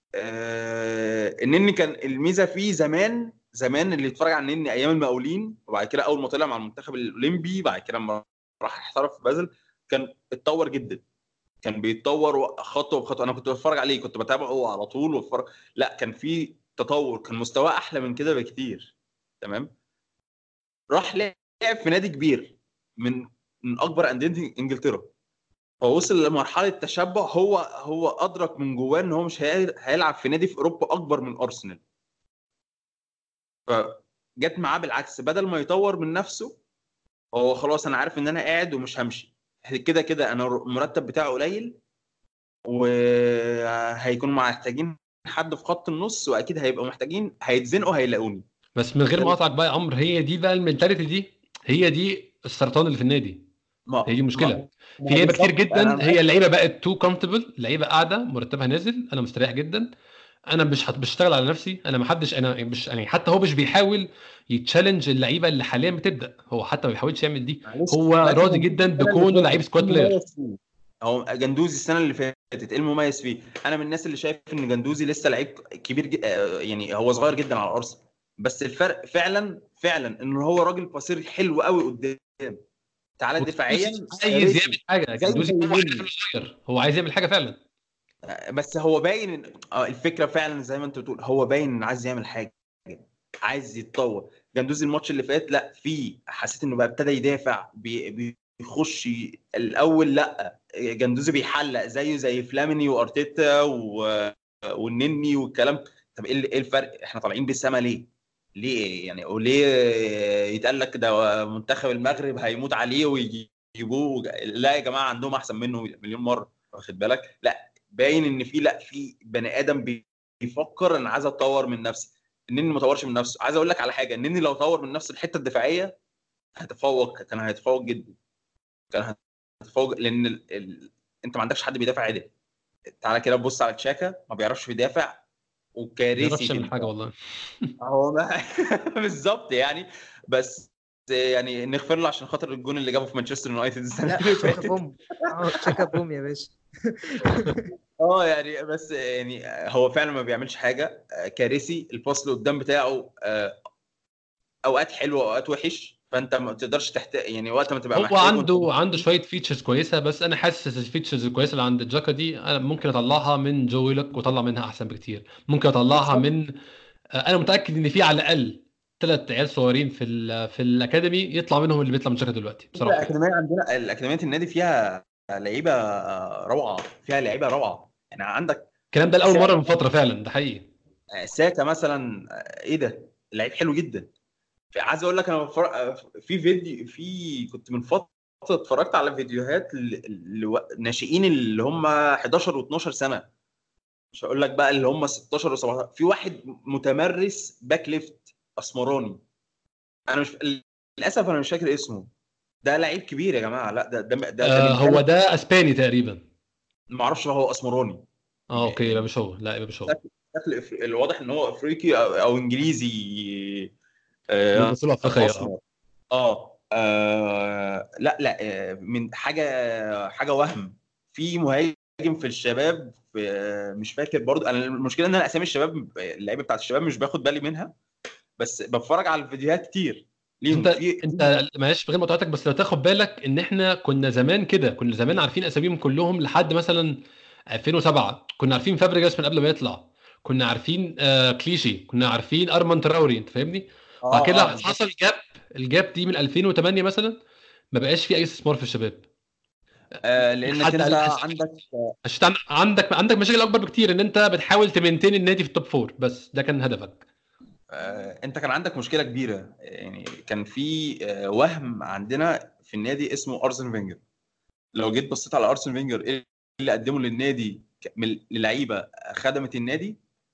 النني كان الميزه فيه زمان زمان، اللي اتفرج على النني ايام المقاولين، وبعد كده اول ما طلع مع المنتخب الاولمبي، بعد كده لما راح احترف في بازل، كان اتطور جدا. كان بيتطور خطوه بخطوه. انا كنت بتفرج عليه، كنت بتابعه على طول وبتفرج. لا كان في تطور، كان مستواه احلى من كده بكتير. تمام. راح لعب في نادي كبير من اكبر انديه انجلترا. هو وصل لمرحله تشبع. هو ادرك من جواه ان هو مش هيلعب في نادي في اوروبا اكبر من ارسنال. فجت معاه بالعكس، بدل ما يطور من نفسه، هو خلاص انا عارف ان انا قاعد ومش همشي. كده كده انا المرتب بتاعه قليل، وهيكونوا محتاجين حد في خط النص، واكيد هيبقوا محتاجين، هيتزنقوا هيلاقوني. بس من غير ما اقطعك بقى يا عمرو، هي دي بقى المينتاليتي دي، هي دي السرطان اللي في النادي. هي دي ما ما المشكله. في ما لعيبه كتير بالظبط انا جدا، معاك. هي اللعيبه بقت تو كومفورتبل، اللعيبه قاعده مرتبها نازل، انا مستريح جدا، انا مش هشتغل على نفسي، انا ما حدش، انا مش يعني، حتى هو مش بيحاول يتشالنج اللعيبه اللي حاليا بتبدا، هو حتى ما بيحاولش يعمل دي. معلش هو دلوقتي راضي جندوزي جدا السنه اللي بكونه لعيب فاتت ايه سكواد بلاير. المميز فيه؟ هو جندوزي السنه اللي فاتت ايه المميز فيه؟ انا من الناس اللي شايف ان جندوزي لسه لعيب كبير يعني هو صغير جدا على ارسنال. بس الفرق فعلا فعلا ان هو راجل بصير حلو قوي قدام. تعالى وجندوزي دفاعيا عايز رخم يعمل حاجه، زي جندوزي هو عارف النني. انه صغير، هو عايز يعمل حاجه فعلا. بس هو باين الفكره فعلا زي ما انت بتقول، هو باين ان عايز يعمل حاجه، عايز يتطور. جندوزي الماتش اللي فات لا، في حسيت انه بقى ابتدى يدافع، بيخش الاول. لا جندوزي بيحلق زيه زي فلاميني وارتيتا والنني والكلام. طب ايه الفرق؟ احنا طالعين بالسما ليه يعني؟ وليه يتقال لك ده منتخب المغرب هيموت عليه ويجيبوه؟ لا يا جماعه، عندهم احسن منه مليون مره، واخد بالك؟ لا باين ان في بني ادم بيفكر انا عايز اتطور من نفسي. النني ما طورش من نفسه. عايز اقول لك على حاجه، النني لو طور من نفسه الحته الدفاعيه كان هيتفوق جدا. كان هيتفوق لان انت ما عندكش حد بيدافع عدل. تعالى كده بص على تشاكا، ما بيعرفش يدافع ما وكارثي بيعرفش في يعمل حاجه الدفاع. والله. هو بالظبط يعني. بس يعني نغفر له عشان خاطر الجون اللي جابه في مانشستر يونايتد السنه لا اللي تشاكا فاتت. بوم. تشاكا بوم يا باشا. يعني بس يعني هو فعلا ما بيعملش حاجه. كارثي. الباص اللي قدام بتاعه اوقات حلو واوقات وحش، فانت ما تقدرش يعني وقت ما تبقى هو محتاج وانت عنده شويه فيتشرز كويسه، بس انا حاسس الفيتشرز الكويسه اللي عند جاكا دي انا ممكن اطلعها من جو ويلك واطلع منها احسن بكتير. ممكن اطلعها بالظبط. من انا متاكد ان في على الاقل 3 عيال صغيرين في الاكاديمي يطلع منهم اللي بيطلع من جاكا دلوقتي بصراحه يعني. الاكاديميه عندنا، الاكاديميه النادي فيها لعيبه روعه، فيها لعيبه روعه. يعني عندك الكلام ده لاول مره من ساكا. فتره فعلا، ده حقيقي. ساكا مثلا، ايه ده؟ لعيب حلو جدا. عايز اقول لك انا في فيديو، كنت من فتره اتفرجت على فيديوهات ناشئين اللي هم 11 و12 سنه. مش هقول لك بقى اللي هم 16 و17. في واحد متمرس باك ليفت اسمراني، انا مش للاسف انا مش فاكر اسمه. ده لعيب كبير يا جماعه. لا ده من هو ثلاث. ده اسباني تقريبا. ما اعرفش هو اسمراني. اوكي، يبقى يعني مش هو، لا يبقى مش هو. الواضح ان هو افريقي أو انجليزي. من آه، اصول افريقيه اسمر. لا من حاجه وهم. في مهاجم في الشباب، مش فاكر برضو. انا المشكله ان انا اسامي الشباب، اللعيبه بتاعت الشباب مش باخد بالي منها، بس بتفرج على الفيديوهات كتير ليهم. انت معلش بغير مقاطعتك، بس لو تاخد بالك ان احنا كنا زمان كده، كنا زمان عارفين اساميهم كلهم لحد مثلا 2007. كنا عارفين فابريجاس من قبل ما يطلع، كنا عارفين كليشي، كنا عارفين ارمان تراوري، انت فاهمني. بعد كده بالظبط. حصل الجاب دي من 2008 مثلا، ما بقاش في اي استثمار في الشباب لانك لحد انت 2007. عندك عشان عندك مشاكل اكبر بكتير، ان انت بتحاول تمنتين النادي في التوب فور، بس ده كان هدفك. انت كان عندك مشكله كبيره. يعني كان في وهم عندنا في النادي اسمه ارسن فينجر. لو جيت بصيت على ارسن فينجر، ايه اللي قدمه للنادي للعيبه خدمت النادي؟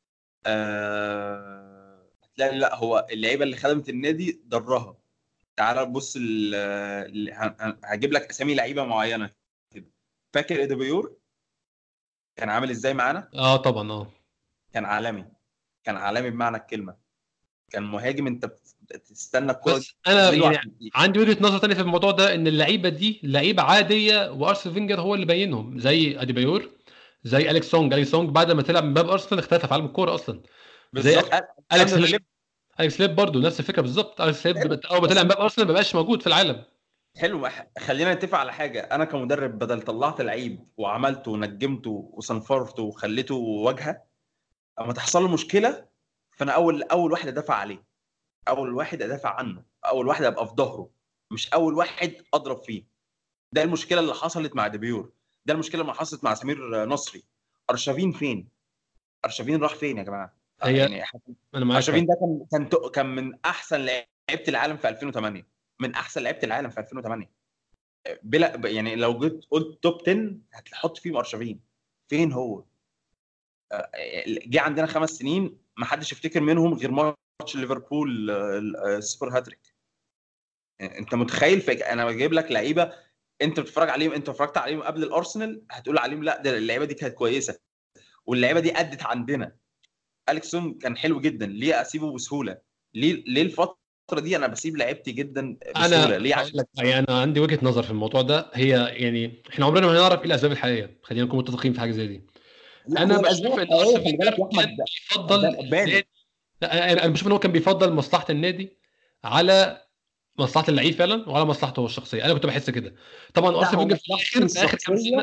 هتلاقي لا، هو اللعيبه اللي خدمت النادي ضرها. تعال بص هجيب لك اسامي لعيبه معينه كده. فاكر ايديبيور كان عامل ازاي معانا؟ اه طبعا اه. كان عالمي. كان عالمي بمعنى الكلمه. كان مهاجم انت تستنى الكره بس انا تجيله يعني عشان عندي وجهة نظر تانية في الموضوع ده، ان اللعيبه دي لعيبه عاديه، وارسن فينجر هو اللي بينهم، زي اديبايور، زي اليكس سونج بعد ما طلع من باب ارسنال اختفى في عالم الكوره اصلا. زي بالظبط. اليكس الكسندر ليب. ليب. اليكس ليب برضه نفس الفكره بالظبط. اليكس ليب حلو. اول ما طلع بس من باب ارسنال ما بقاش موجود في العالم. حلو. خلينا نتفق على حاجه. انا كمدرب بدل طلعت لعيب وعملته ونجمته وصنفرته وخليته واجهه، اما تحصل له مشكله فانا اول واحد ادافع عليه، اول واحد ادافع عنه، اول واحد ابقى في ظهره، مش اول واحد اضرب فيه. ده المشكله اللي حصلت مع ديبيور. ده المشكله اللي حصلت مع سمير نصري. ارشافين فين؟ ارشافين راح فين يا جماعه؟ هي يعني انا معاك ارشافين فعلا. ده كان من احسن لعيبه العالم في 2008. من احسن لعيبه العالم في 2008. بلا يعني لو جيت قلت توب 10 هتحط فيهم ارشافين. فين هو؟ جه عندنا 5 سنين ما حدش يفتكر منهم غير ماتش ليفربول السوبر هاتريك. انت متخيل؟ انا بجيب لك لعيبه انت بتتفرج عليهم، انت اتفرجت عليهم قبل الارسنال هتقول عليهم لا ده اللعيبه دي كانت كويسه، واللعيبه دي ادت عندنا. اليكسون كان حلو جدا، ليه اسيبه بسهوله؟ ليه الفتره دي انا بسيب لعيبتي جدا بسهوله؟ انا ليه؟ هقول عشان لك يعني انا عندي وجهة نظر في الموضوع ده. هي يعني احنا عمرنا ما هنعرف ايه الاسباب الحقيقيه، خلينا نكون متفقين في حاجه زي دي. لا، انا هو الاسباب بشوف ان الحقيقيه ارسن خلي بالك فينجر يا كان احمد بيفضل بانت. النادي. لا، انا بشوف ان هو كان بيفضل مصلحه النادي على مصلحه اللعيب فعلا، وعلى مصلحته هو الشخصيه. انا كنت بحس كده. طبعا لا، ارسن هو فينجر في مصلحته الاخر، في اخر كام الشخصيه سنه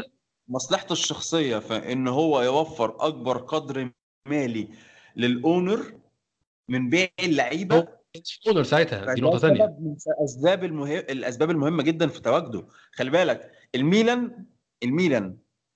مصلحته الشخصيه فان هو يوفر اكبر قدر مالي للاونر من بيع اللعيبه. هو مش اونر ساعتها، دي فده نقطه ثانيه. سبب من الاسباب المهمه جدا في تواجده. خلي بالك الميلان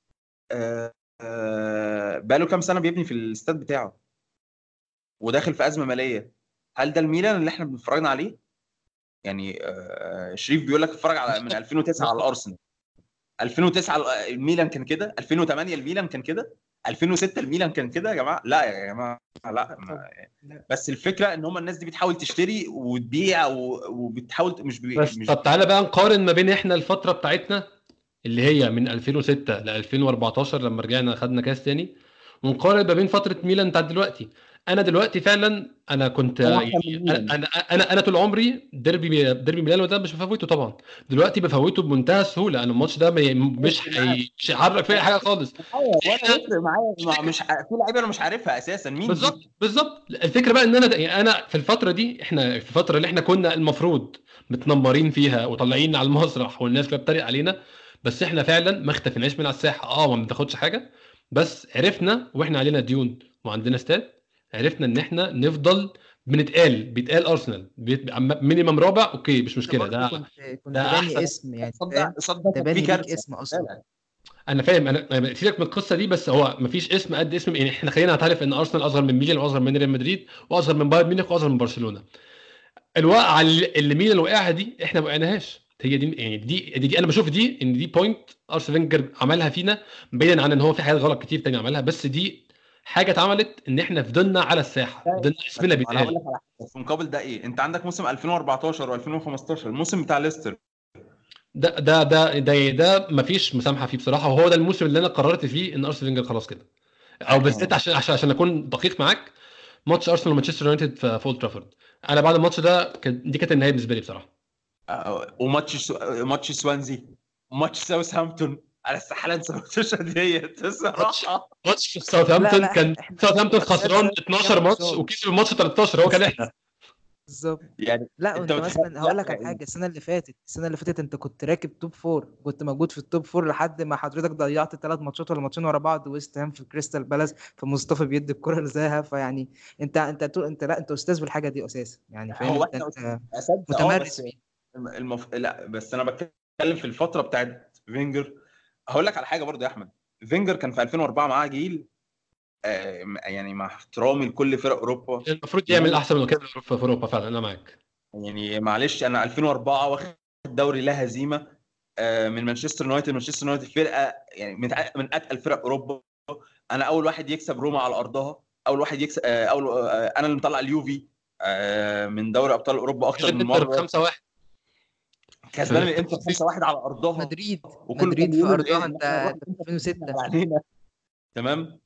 بقاله كام سنه بيبني في الاستاد بتاعه وداخل في ازمه ماليه. هل ده الميلان اللي احنا بنتفرجنا عليه؟ يعني شريف بيقول لك اتفرج على من 2009 على الارسنال. 2009 الميلان كان كده، 2008 الميلان كان كده، 2006 الميلان كان كده. يا جماعه لا، يا جماعه لا لا. بس الفكره ان هم الناس دي بتحاول تشتري وتبيع وبتحاول بس مش طب تعالى بقى نقارن ما بين احنا الفتره بتاعتنا اللي هي من 2006 ل 2014 لما رجعنا خدنا كاس تاني، ونقارن ما بين فتره ميلان بتاعت دلوقتي. انا دلوقتي فعلا انا كنت انا يعني احسن من ميلان. انا طول عمري ديربي ميلانو ده مش بفوته طبعا. دلوقتي بفوته بمنتهى السهوله. انا الماتش ده مش هيحرك فيا حاجه خالص. ولا احنا يفرق معايا مش في لعيبه انا مش عارفها اساسا مين بالظبط دي. بالظبط. الفكره بقى ان انا يعني انا في الفتره دي، احنا في الفتره اللي احنا كنا المفروض متنمرين فيها وطالعين على المسرح والناس كلها بتتريق علينا، بس احنا فعلا ما اختفيناش من على الساحه. ما بناخدش حاجه، بس عرفنا واحنا علينا ديون وعندنا استاد، عرفنا ان احنا نفضل بيتقال ارسنال مينيمم رابع، اوكي مش انت مشكله. برضه ده كنت ده باني احسن. اسم، يعني صدق فاهم. صدق انت كان في باني ليك كارثه. اسم اصلا. انا فاهم، انا سيبك من القصه دي، بس هو مفيش اسم قد اسم. يعني احنا خلينا نعترف ان ارسنال اصغر من ميلان واصغر من ريال مدريد واصغر من بايرن ميونخ واصغر من برشلونه. الوقعه اللي ميلان وقعها دي احنا ما وقعناهاش. هي دي يعني دي انا بشوف دي ان دي بوينت ارسنال فينجر عملها فينا، بعيدا عن ان هو في حاجات غلط كتير تاني عملها، بس دي حاجه اتعملت ان احنا فضلنا على الساحه، فضلنا بس اسمنا انا هقول بيتقال. لك على حاجه في مقابل ده ايه. انت عندك موسم 2014 و2015 الموسم بتاع ليستر. ده مفيش مسامحه فيه بصراحه، وهو ده الموسم اللي انا قررت فيه ان ارسنال فينجر خلاص كده. او بالذات يعني عشان اكون دقيق معاك، ماتش ارسنال ومانشستر يونايتد في اولد ترافورد، انا بعد الماتش ده دي كانت النهايه بالنسبه لي بصراحه. ماتش سوانزي، ماتش ساوثهامبتون. انا استحاله انسى الماتشات ديت ماتش الصراحه. ماتش لا ساوثهامبتون، لا، كان احنا ساوثهامبتون الماتشات خسران ساعتها كان 12 ماتش مصاب. وكسب الماتش 13، هو كان احنا. بالظبط. يعني لا، انت وانت متخيل؟ مثلا هقول لا لك على حاجه. السنه اللي فاتت انت كنت راكب توب فور، كنت موجود في التوب فور لحد ما حضرتك ضيعت 3 ماتشات ولا ماتشين ورا بعض، ويست هام في كريستال بالاس، فمصطفى بيدي الكره لزاها. فيعني انت استاذ بالحاجه دي اساسا، يعني فاهم هو انت احنا انت اساتذه متمرس بس فيه. لا بس انا بتكلم في الفتره بتاعت فينجر. هقول لك على حاجه برضه يا احمد. فينجر كان في 2004 معاه جيل يعني مع احترامي لكل فرق اوروبا. المفروض يعمل جيل احسن من كده في اوروبا فعلا، انا معاك. يعني معلش انا 2004 واخد دوري لا هزيمه من مانشستر يونايتد. مانشستر يونايتد فرقه يعني من اتقل فرق اوروبا. انا اول واحد يكسب روما على ارضها، اول واحد يكسب انا اللي مطلع اليوفي من دوري ابطال اوروبا اكتر غلب من انتر ب مره. 5-1 كسبان من الانتر 5-1 على ارضها. مدريد وكله كان مدريد في بيقول ارضها ان احنا انت نروح في الانتر 2006. علينا. تمام.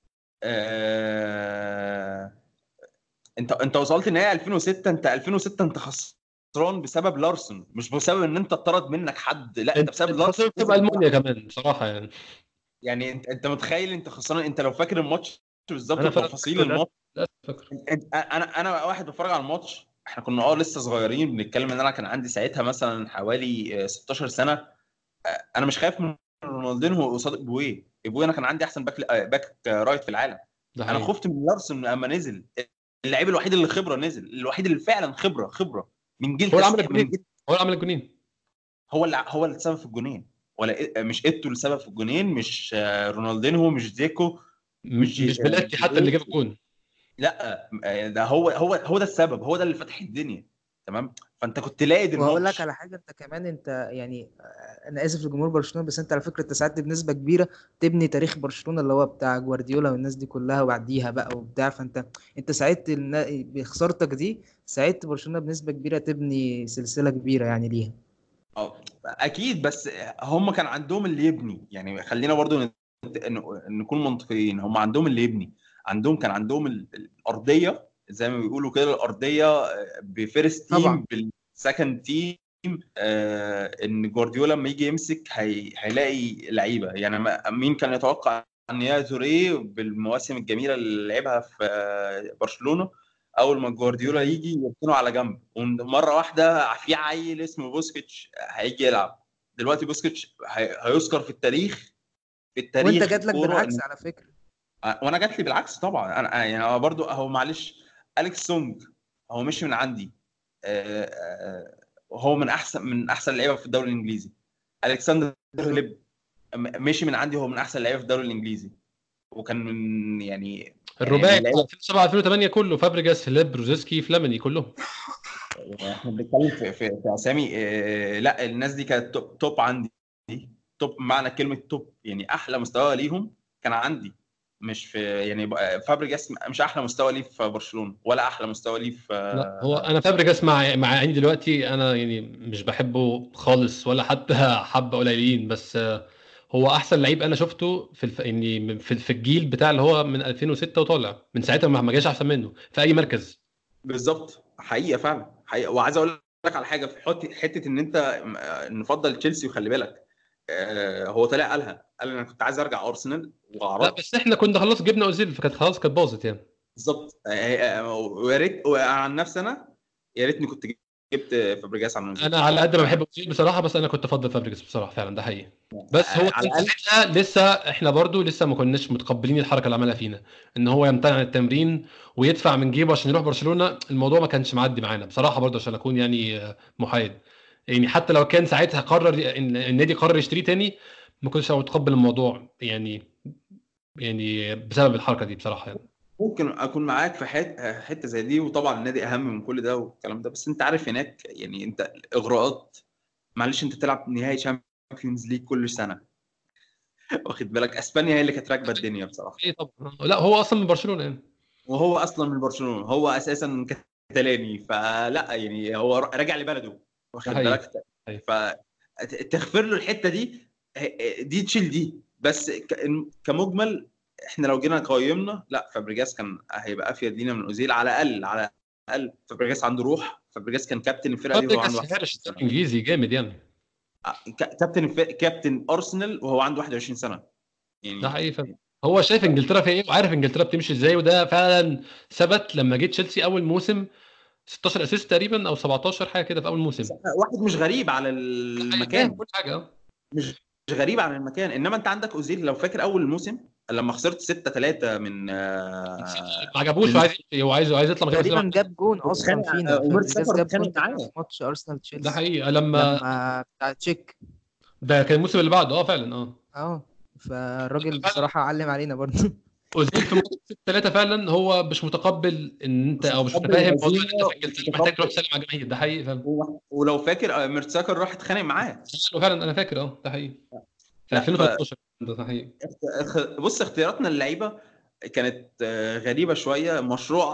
آه... انت وصلت النهائي 2006. انت 2006 انت خسران بسبب لارسون، مش بسبب ان انت اتطرد منك حد. لا انت بسبب انت لارسون خسرت نزل بالمانيا الملعب. كمان بصراحه يعني. يعني انت متخيل انت خسران؟ انت لو فاكر الماتش بالظبط انا فعلا بتفاصيل فاكر، للاسف الماتش. للاسف فاكر. انا واحد بتفرج على الماتش. احنا كنا لسه صغيرين. بنتكلم ان انا كان عندي ساعتها مثلا حوالي 16 سنه. انا مش خايف من رونالدينهو قصاد ابويه. انا كان عندي احسن باك رايت في العالم. ده انا حقيقي. خفت من لارسون لما نزل. اللعيب الوحيد اللي خبره نزل، الوحيد اللي فعلا خبره من جيل هو اللي عمل من الجونين، جيل. هو اللي عمل الجونين. هو اللي السبب في الجونين. ولا مش ايتو اللي السبب في الجونين، مش رونالدينهو، مش زيكو، مش مش بلاتي حتى اللي جاب الجون. لا ده هو ده السبب. هو ده اللي فتح الدنيا. تمام. فانت كنت لاقي وهقول لك الماتش. على حاجه. انت كمان انت يعني انا اسف لجمهور برشلونه، بس انت على فكره انت ساعدت بنسبه كبيره تبني تاريخ برشلونه اللي هو بتاع جوارديولا والناس دي كلها وبعديها بقى وبتاع. فانت ساعدت بخسارتك دي ساعدت برشلونه بنسبه كبيره تبني سلسله كبيره يعني ليها. اكيد بس هم كان عندهم اللي يبني. يعني خلينا برضو نكون منطقيين. هم عندهم اللي يبني. كان عندهم الارضيه زي ما بيقولوا كده. الارضيه بفيرست طبعا. تيم بالسكند تيم. ان جوارديولا لما يجي يمسك هيلاقي لعيبه. يعني مين كان يتوقع ان يا توريه بالمواسم الجميله اللي لعبها في برشلونه اول ما جوارديولا يجي يركنه على جنب ومره واحده في عيل اسمه بوسكيتش هيجي يلعب. دلوقتي بوسكيتش هيذكر في التاريخ في التاريخ وانت جات لك الكورة بالعكس على فكره. وانا جات لي بالعكس طبعا. انا يعني هو برضو هو معلش اليكس سونج هو مش من عندي. هو من احسن اللعيبه في الدوري الانجليزي. الكسندر بالظبط. ليب مشي من عندي، هو من احسن اللعيبه في الدوري الانجليزي، وكان من يعني من الرباعي بتاع اللعيبه. 2007 2008 كله، فابريجاس، ليب، روزيسكي، فلاميني، كلهم. احنا بنتكلم في اسامي. لا الناس دي كانت توب عندي. توب معنى كلمه توب، يعني احلى مستوى ليهم كان عندي. مش في يعني فابريجاس مش احلى مستوى ليه في برشلونه، ولا احلى مستوى ليه في لا هو انا فابريجاس عندي دلوقتي، انا يعني مش بحبه خالص ولا حتى حبه قليلين، بس هو احسن لعيب انا شفته يعني في الجيل بتاع اللي هو من 2006 وطالع، من ساعتها ما جاش احسن منه في اي مركز. بالظبط. حقيقه فعلا حقيقه. وعايز اقول لك على حاجه في حته ان انت نفضل تشيلسي، وخلي بالك هو طلع قال انا كنت عايز ارجع ارسنال لا وعرضت. بس احنا كنا خلاص جبنا اوزيل، فكانت خلاص كانت باظت يعني. بالظبط. ويا ريت عن نفسي انا يا ريتني كنت جبت فابريجاس عن نوزيل. انا على قد ما بحب اوزيل بصراحه، بس انا كنت افضل فابريجاس بصراحه، فعلا ده حقيقي. بس هو على كان الاقل. ساعتها لسه احنا برضو لسه ما كناش متقبلين الحركه اللي عملها فينا، ان هو يمتنع عن التمرين ويدفع من جيبه عشان يروح برشلونه. الموضوع ما كانش معدي معانا بصراحه برضو، عشان اكون يعني محايد. يعني حتى لو كان ساعتها قرر ان النادي قرر يشتريه تاني، ما كنتش متقبل الموضوع يعني بسبب الحركه دي بصراحه يعني. ممكن اكون معاك في حته زي دي، وطبعا النادي اهم من كل ده والكلام ده، بس انت عارف هناك يعني انت اغراءات. معلش انت تلعب نهائي شامبيونز ليج كل سنه. واخد بالك اسبانيا هي اللي كانت راكبه الدنيا بصراحه. ايه طبعا، لا هو اصلا من برشلونه يعني. وهو اصلا من برشلونه، هو اساسا كتالاني، فلا يعني هو راجع لبلده. ده واخد حقيقي. بالك. حقيقي. فتغفر له الحته دي. دي تشيل دي، بس كمجمل احنا لو جينا قيمنا، لا فابريجاس كان هيبقى افيد لينا من اوزيل على الاقل. على الاقل فابريجاس عنده روح. فابريجاس كان كابتن الفرقه دي وهو عنده فابريجاس هارش 21 سنه. انجليزي جامد يعني. كابتن ارسنال وهو عنده 21 سنه ده يعني. حقيقي فعلا. هو شايف انجلترا فيها ايه وعارف انجلترا بتمشي ازاي، وده فعلا ثبت لما جه تشيلسي اول موسم. 16 اسيست تقريبا او 17 حاجه كده في اول موسم. واحد مش غريب على ده حقيقي فاهم المكان. كل حاجه مش غريب عن المكان. انما انت عندك اوزيل لو فاكر اول الموسم لما خسرت 6-3 من ما عجبوش، من وعايز وعايز يطلع من غير تقريبا ما. جاب جون اصلا واتخانق. فينا، وميرت فابريجاس سافر جاب اتخانق جون فينا في معاه. ماتش ارسنال ده تشيلسي حقيقي لما. لما بتاع تشيك. ده كان الموسم اللي بعده فعلا اه فالراجل بصراحه علم علينا برضه. اوزيل في ماتش 6-3 فعلا هو مش متقبل ان انت، مش او مش متقبل متفاهم موضوع ان الهزيمه، انت في ومش انجلترا محتاج تروح متقبل. تسلم على الجماهير. ده حقيقي فعلا. ولو فاكر ميرت ساكر راح اتخانق معاه. فعلا انا فاكر ده حقيقي في لا 2013. ده حقيقي. بص اختياراتنا اللعيبه كانت غريبه شويه.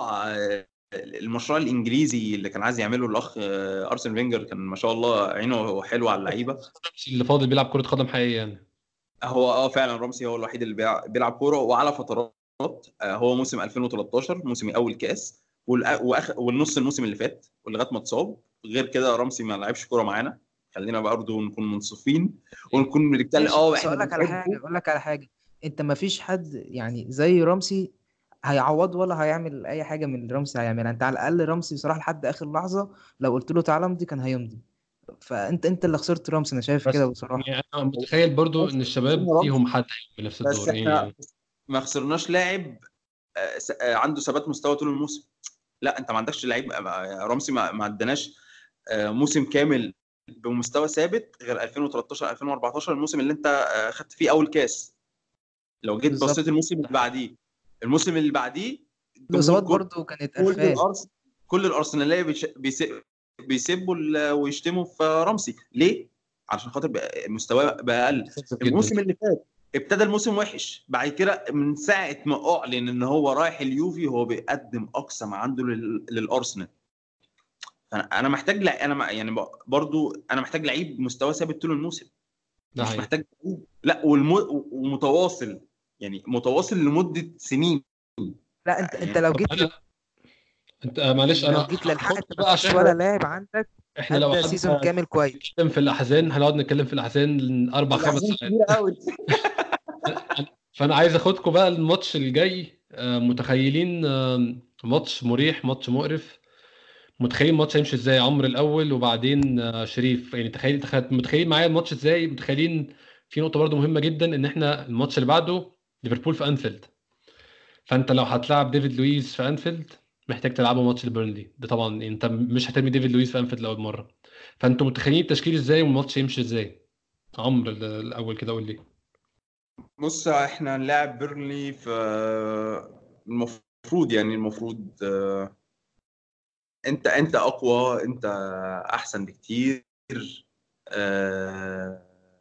المشروع الانجليزي اللي كان عايز يعمله الاخ ارسن فينجر كان ما شاء الله عينه حلوه على اللعيبه. اللي فاضل بيلعب كره قدم حقيقيه يعني. هو فعلا رامسي هو الوحيد اللي بيلعب كوره وعلى فترات. هو موسم 2013 موسم اول كاس، والنص الموسم اللي فات ولغايه ما اتصاب. غير كده رامسي ما لعبش كوره معانا. خلينا برضه نكون منصفين ونكون بنتكلم ماشي بس احنا اقول لك على حاجه، بنحبه. اقول لك على حاجه. انت ما فيش حد يعني زي رامسي هيعوض ولا هيعمل اي حاجه من اللي رامسي هيعملها. انت على الاقل رامسي بصراحه لحد اخر لحظه لو قلت له تعالى امضي كان هيمضي. فانت اللي خسرت رامسي، انا شايف كده بس بصراحه. يعني انا متخيل برضو ان الشباب فيهم حد هيعمل نفس بس الدور احنا يعني. ما خسرناش لاعب عنده ثبات مستوى طول الموسم. لا انت ما عندكش لعيب. رامسي ما عندناش موسم كامل بمستوى ثابت غير 2013 2014 الموسم اللي انت خدت فيه اول كاس. لو جيت بالظبط. بصيت الموسم اللي بعديه الجمهور الاصابات برضو كانت كل قرفاه. كل الارسناليه بيسبوا ويشتموا في رامسي ليه؟ عشان خاطر مستواه بقى اقل. جدا. الموسم اللي فات ابتدى الموسم وحش، بعد كده من ساعه ما اعلن ان هو رايح اليوفي هو بيقدم اقصى ما عنده للارسنال. انا محتاج يعني برضو انا محتاج لعيب مستواه ثابت طول الموسم. ده مش حقيقي. محتاج لعيب لا ومتواصل، يعني متواصل لمده سنين. لا انت يعني لو طب جيت انت معلش لو انا جيت للحق انت هاخدكم ما بقى عشان فيش ولا لاعب عندك احنا لو ادى سيزون قعدنا كامل كويس. نتكلم في الاحزان هنقعد نتكلم في الاحزان اربع خمس الاحزان ساعات. كبيره قوي. فانا عايز اخدكم بقى الماتش الجاي، متخيلين ماتش مريح ماتش مقرف. متخيلين الماتش هيمشي ازاي؟ عمرو الاول وبعدين شريف. يعني متخيلين معايا الماتش ازاي؟ متخيلين في نقطه برضو مهمه جدا، ان احنا الماتش اللي بعده ليفربول في انفيلد، فانت لو هتلعب ديفيد لويس في انفيلد محتاج تلعبه ماتش لبيرنلي ده. طبعا انت مش هترمي ديفيد لويس في انفيلد لاول مره. فانتوا متخيلين التشكيل ازاي والماتش يمشي ازاي؟ عمرو الاول كده قول لي. بص احنا هنلاعب بيرنلي في المفروض انت اقوى، انت احسن بكتير. آه،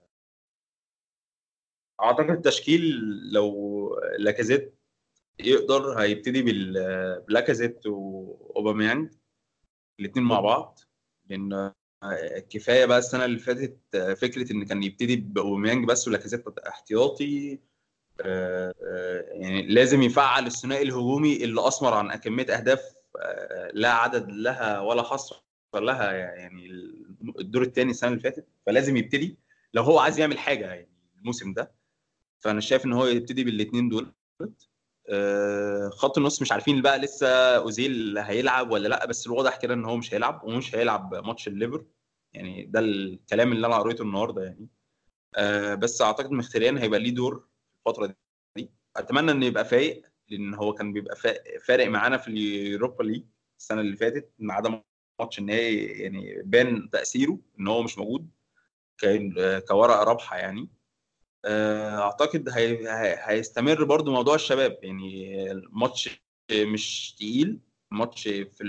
اعتقد التشكيل لو لاكازيت يقدر هيبتدي بلاكازيت واوباميانج الاثنين مع بعض، لان كفايه بقى السنه اللي فاتت فكره ان كان يبتدي باوباميانج بس ولاكازيت احتياطي. يعني لازم يفعل الثنائي الهجومي اللي اثمر عن كميه اهداف لا عدد لها ولا حصر لها، يعني الدور الثاني السنه اللي فاتت. فلازم يبتدي لو هو عايز يعمل حاجه يعني الموسم ده. فانا شايف ان هو يبتدي بالاثنين دول. خط النص مش عارفين بقى لسه اوزيل هيلعب ولا لا، بس الواضح كده ان هو مش هيلعب، ومش هيلعب ماتش الليفر. يعني ده الكلام اللي انا قريته النهارده يعني. بس اعتقد مختاريان هيبقى ليه دور في الفتره دي. اتمنى ان يبقى فايق، لان هو كان بيبقى فارق معانا في اليوروبا ليج السنه اللي فاتت ما عدا ماتش النهائي، يعني بان تاثيره ان هو مش موجود كان كورقه رابحه يعني. اعتقد هيستمر برضو موضوع الشباب، يعني الماتش مش تقيل، ماتش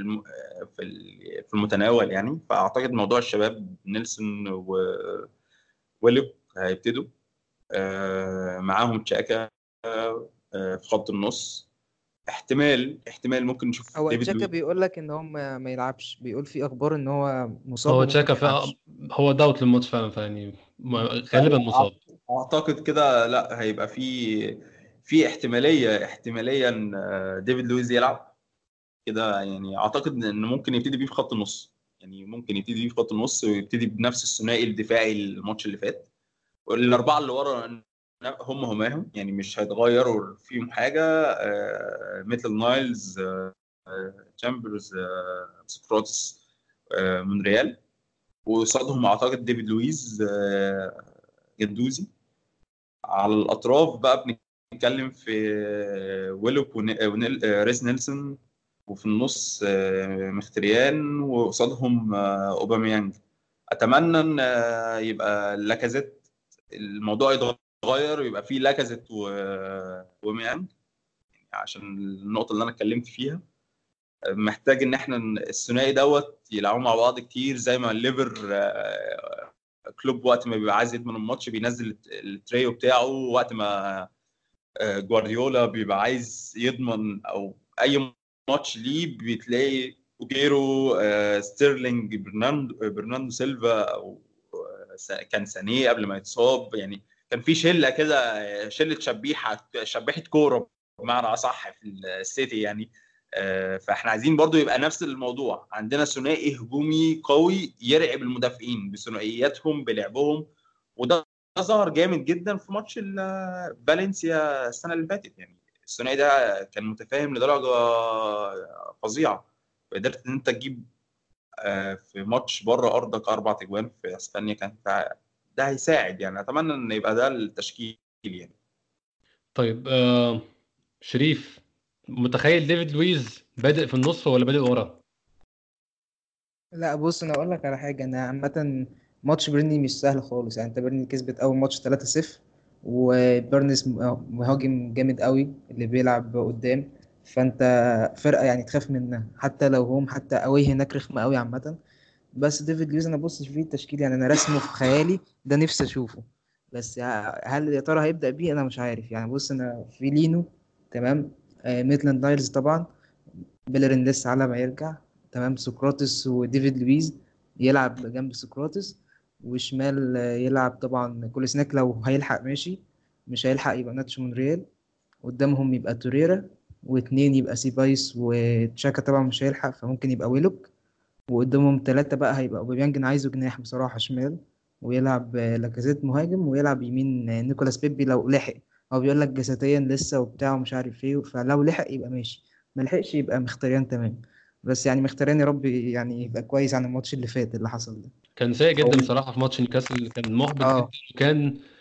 في المتناول يعني. فاعتقد موضوع الشباب نيلسون وويلب هيبتدوا معاهم تشاكا في خط النص. احتمال ممكن نشوف هو ديفيد تشاكا لويس. بيقول لك ان هو ما يلعبش، بيقول في اخبار ان هو مصاب هو وممكن تشاكا ما يلعبش. هو داوت للماتش فعلا، فيعني غالبا مصاب. اعتقد كده لا، هيبقى في احتماليه ان ديفيد لويس يلعب كده يعني. اعتقد ان ممكن يبتدي بيه في خط النص، يعني ممكن يبتدي بيه في خط النص ويبتدي بنفس الثنائي الدفاعي الماتش اللي فات. الاربعه اللي ورا هماهم يعني مش هيتغيروا فيهم حاجه. مثل نايلز، تشامبرز، سقراطس من ريال. وقصادهم اعتقد ديفيد لويز، جندوزي. على الاطراف بقى بنتكلم في ويلوك ريس نيلسون. وفي النص مختريان، وقصادهم اوباميانج. اتمنى ان يبقى لاكازيت الموضوع يتغير ويبقى فيه لاكازيت وميانج، عشان النقطه اللي انا اتكلمت فيها. محتاج ان احنا الثنائي دوت يلعبوا مع بعض كتير، زي ما الليفر كلوب وقت ما بيبقى عايز يضمن الماتش بينزل التريو بتاعه، وقت ما جوارديولا بيبقى عايز يضمن او اي ماتش ليه بتلاقي اوجيرو، ستيرلينج، برناندو سيلفا، او كان سانيه قبل ما يتصاب يعني. كان في شله كده، شله شبيحه كوره بمعنى اصح في السيتي يعني. فاحنا عايزين برضو يبقى نفس الموضوع، عندنا ثنائي هجومي قوي يرعب المدافعين بثنائياتهم بلعبهم. وده ظهر جامد جدا في ماتش فالنسيا السنه اللي فاتت يعني. الثنائي ده كان متفاهم لدرجه فظيعه، وقدرت ان انت تجيب في ماتش بره ارضك 4 اجوان في اسبانيا. ده هيساعد يعني. اتمنى ان يبقى ده التشكيل يعني. طيب شريف، متخيل ديفيد لويز بادئ في النص ولا بادئ ورا؟ لا بص، انا اقول لك على حاجه. انا عامه ماتش بيرني مش سهل خالص يعني. انت بيرني كسبت اول ماتش 3-0، وبيرنس مهاجم جامد قوي اللي بيلعب قدام. فانت فرقه يعني تخاف منها، حتى لو هم حتى قوي هناك رخمه قوي عامه. بس ديفيد لويز انا بص فيه التشكيل يعني، انا رسمه في خيالي ده نفسي اشوفه. بس هل يا ترى هيبدأ بيه؟ انا مش عارف يعني. بص انا في لينو، تمام، ميتلاند نايلز طبعا، بيلرين لسه على ما يرجع، تمام، سقراطس وديفيد لويز يلعب جنب سقراطس. وشمال يلعب طبعا كوليسناك لو هيلحق ماشي، مش هيلحق يبقى ناتشو مونريال. قدامهم يبقى توريرا، واتنين يبقى سيبايس، وتشاكا طبعا مش هيلحق فممكن يبقى ويلوك. وقدامهم ثلاثة بقى هيبقى أوباميانج، أنا عايزه جناح بصراحة شمال، ويلعب لاكازيت مهاجم، ويلعب يمين نيكولاس بيبي لو لحق. هو بيقول لك جسديا لسه وبتاع ومش عارف ايه، فلو لحق يبقى ماشي، ما لحقش يبقى مختاريان تمام. بس يعني مختاريان يا رب يعني يبقى كويس عن الماتش اللي فات اللي حصل ده. كان سيء هو جدا بصراحه في ماتش نيوكاسل، كان محبط جدا. اه وكان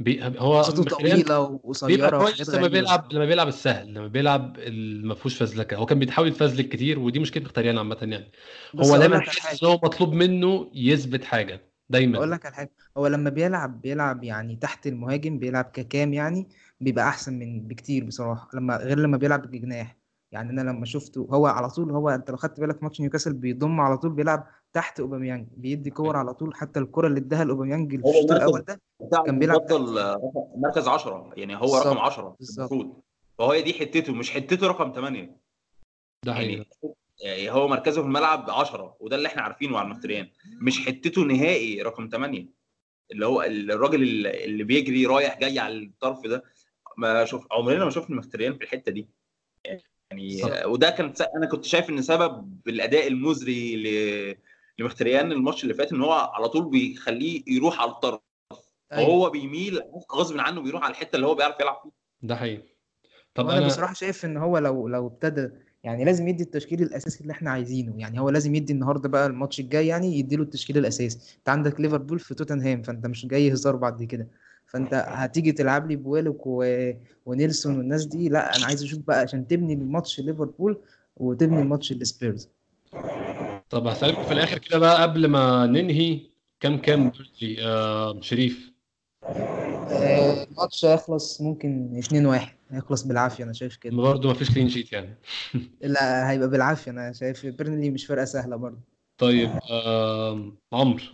هو خطوط مختريان طويله بيبقى وقصيره كويس وحاجات لما غريبه بيلعب بصراحه. لما بيلعب السهل، لما بيلعب ما فيهوش فزلكه. هو كان بيحاول يفزلك كتير، ودي مشكله مختريان عامه يعني. بس هو اقول دايما لك على حاسس حاجه، ان هو مطلوب منه يثبت حاجه اقول دايما. لك على حاجه، هو لما بيلعب يعني تحت المهاجم، بيلعب ككام يعني، بيبقى احسن من بكتير بصراحه، غير لما بيلعب بجناح. يعني انا لما شفته هو على طول، هو انت لو خدت بالك في ماتش نيوكاسل بيضم على طول، بيلعب تحت اوباميانج، بيدي كور على طول. حتى الكره اللي اداها لاوباميانج في هو الشوط الاول المركز ده بتاعه كان بيلعب تحت المفضل فيه. مركز 10، يعني هو رقم بالظبط 10 بالظبط. المفروض. فهو دي حتته، مش حتته رقم 8 ده حقيقي. يعني. هو مركزه في الملعب 10، وده اللي احنا عارفينه على المختريان. مش حتته نهائي رقم 8، اللي هو الراجل اللي بيجري رايح جاي على الطرف ده. ما شوف عمرنا ما شفنا المختريان في الحته دي يعني. صح. وده كان انا كنت شايف ان سبب الاداء المزري لمختريان الماتش اللي فات، ان هو على طول بيخليه يروح على الطرف، ايوه. فهو بيميل غصب عنه، بيروح على الحته اللي هو بيعرف يلعب فيها. ده حقيقي. طب وانا انا بصراحه شايف ان هو لو ابتدى، يعني لازم يدي التشكيل الاساسي اللي احنا عايزينه. يعني هو لازم يدي النهارده بقى الماتش الجاي، يعني يديله التشكيل الاساسي. انت عندك ليفربول في توتنهام، فانت مش جاي هزار بعد كده. فانت هتيجي تلعب لي بوالك ونيلسون والناس دي؟ لا، انا عايز اشوف بقى عشان تبني الماتش ليفربول وتبني الماتش السبيرز. طب هسألكم في الاخر كده بقى قبل ما ننهي، كام بيرلي شريف؟ الماتش هيخلص ممكن 2-1، هيخلص بالعافيه انا شايف كده. برضه ما فيش كلين شيت يعني. لا، هيبقى بالعافيه. انا شايف بيرنلي مش فرقه سهله برضه. طيب عمرو.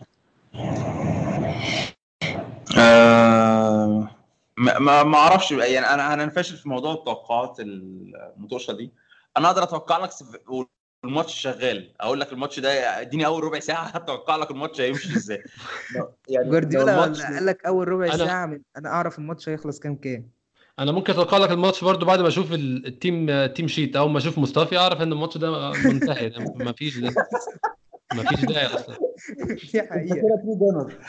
ما اعرفش يعني. انا فاشل في موضوع التوقعات المطوشه دي. انا اقدر اتوقع لك الماتش شغال، اقول لك الماتش ده اديني اول ربع ساعه هتوقع لك الماتش هيمشي ازاي. يعني لو جوارديولا الماتش ولا قال لك اول ربع انا ساعة انا اعرف الماتش هيخلص كام. انا ممكن اتوقع لك الماتش برضو بعد ما اشوف التيم شيت، اول ما اشوف مصطفى اعرف ان الماتش ده منتهي. ما فيش ده، ما فيش داعي اصلا. دي انت حقيقة. كده تري جونر.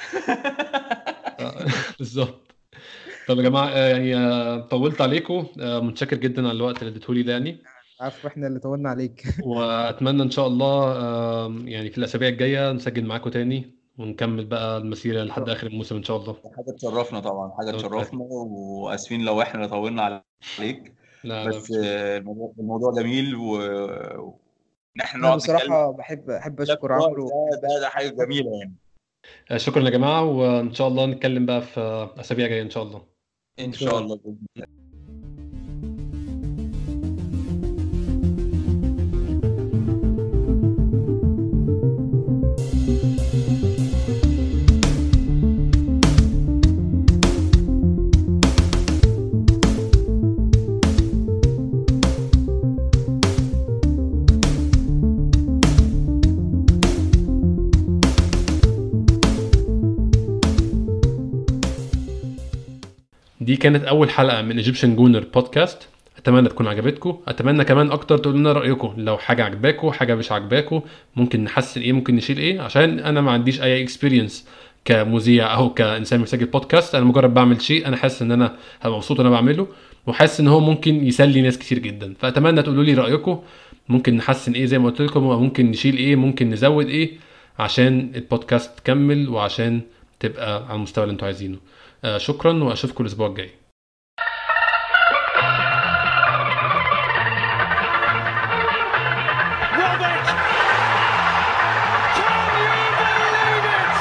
بالظبط. طب يا جماعه يعني طولت عليكم. متشكر جدا على الوقت اللي اديتهولي ده يعني. عارف احنا اللي طولنا عليك. واتمنى ان شاء الله يعني في الاسابيع الجايه نسجل معاكم تاني ونكمل بقى المسيره ان شاء لحد الله. اخر الموسم ان شاء الله. حاجه تشرفنا طبعا، حاجه أوكي. تشرفنا، واسفين لو احنا اللي طولنا عليك. لا لا بس مفيش مشكله. الموضوع جميل، وان احنا انا نقعد نتكلم بصراحة بحب ده في اشكر الوقت عمرو، ده وبحب اشكر ده حاجه حضرتك. جميله يعني. شكرا يا جماعه، وان شاء الله نتكلم بقى في اسابيع جايه ان شاء الله. ان ان شاء شاء الله. الله. دي كانت اول حلقه من ايجيبشن جونر بودكاست. اتمنى تكون عجبتكم. اتمنى كمان اكتر تقولوا لنا رايكم، لو حاجه عجباكم حاجه مش عجباكم، ممكن نحسن ايه، ممكن نشيل ايه. عشان انا ما عنديش اي اكسبيرينس كمذيع او كانسان بيسجل بودكاست. انا مجرد بعمل شيء انا حاسس ان انا هبقى مبسوط وانا بعمله، وحاسس ان هو ممكن يسلي ناس كتير جدا. فاتمنى تقولوا لي رايكم، ممكن نحسن ايه زي ما قلت لكم، وممكن نشيل ايه، ممكن نزود ايه، عشان البودكاست تكمل وعشان تبقى على المستوى اللي انتوا عايزينه. شكرا، واشوفكم الاسبوع الجاي. Robic! Can you believe it?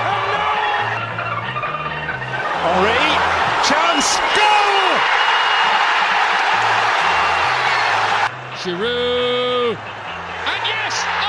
Henri, chance, goal! Giroud, and yes!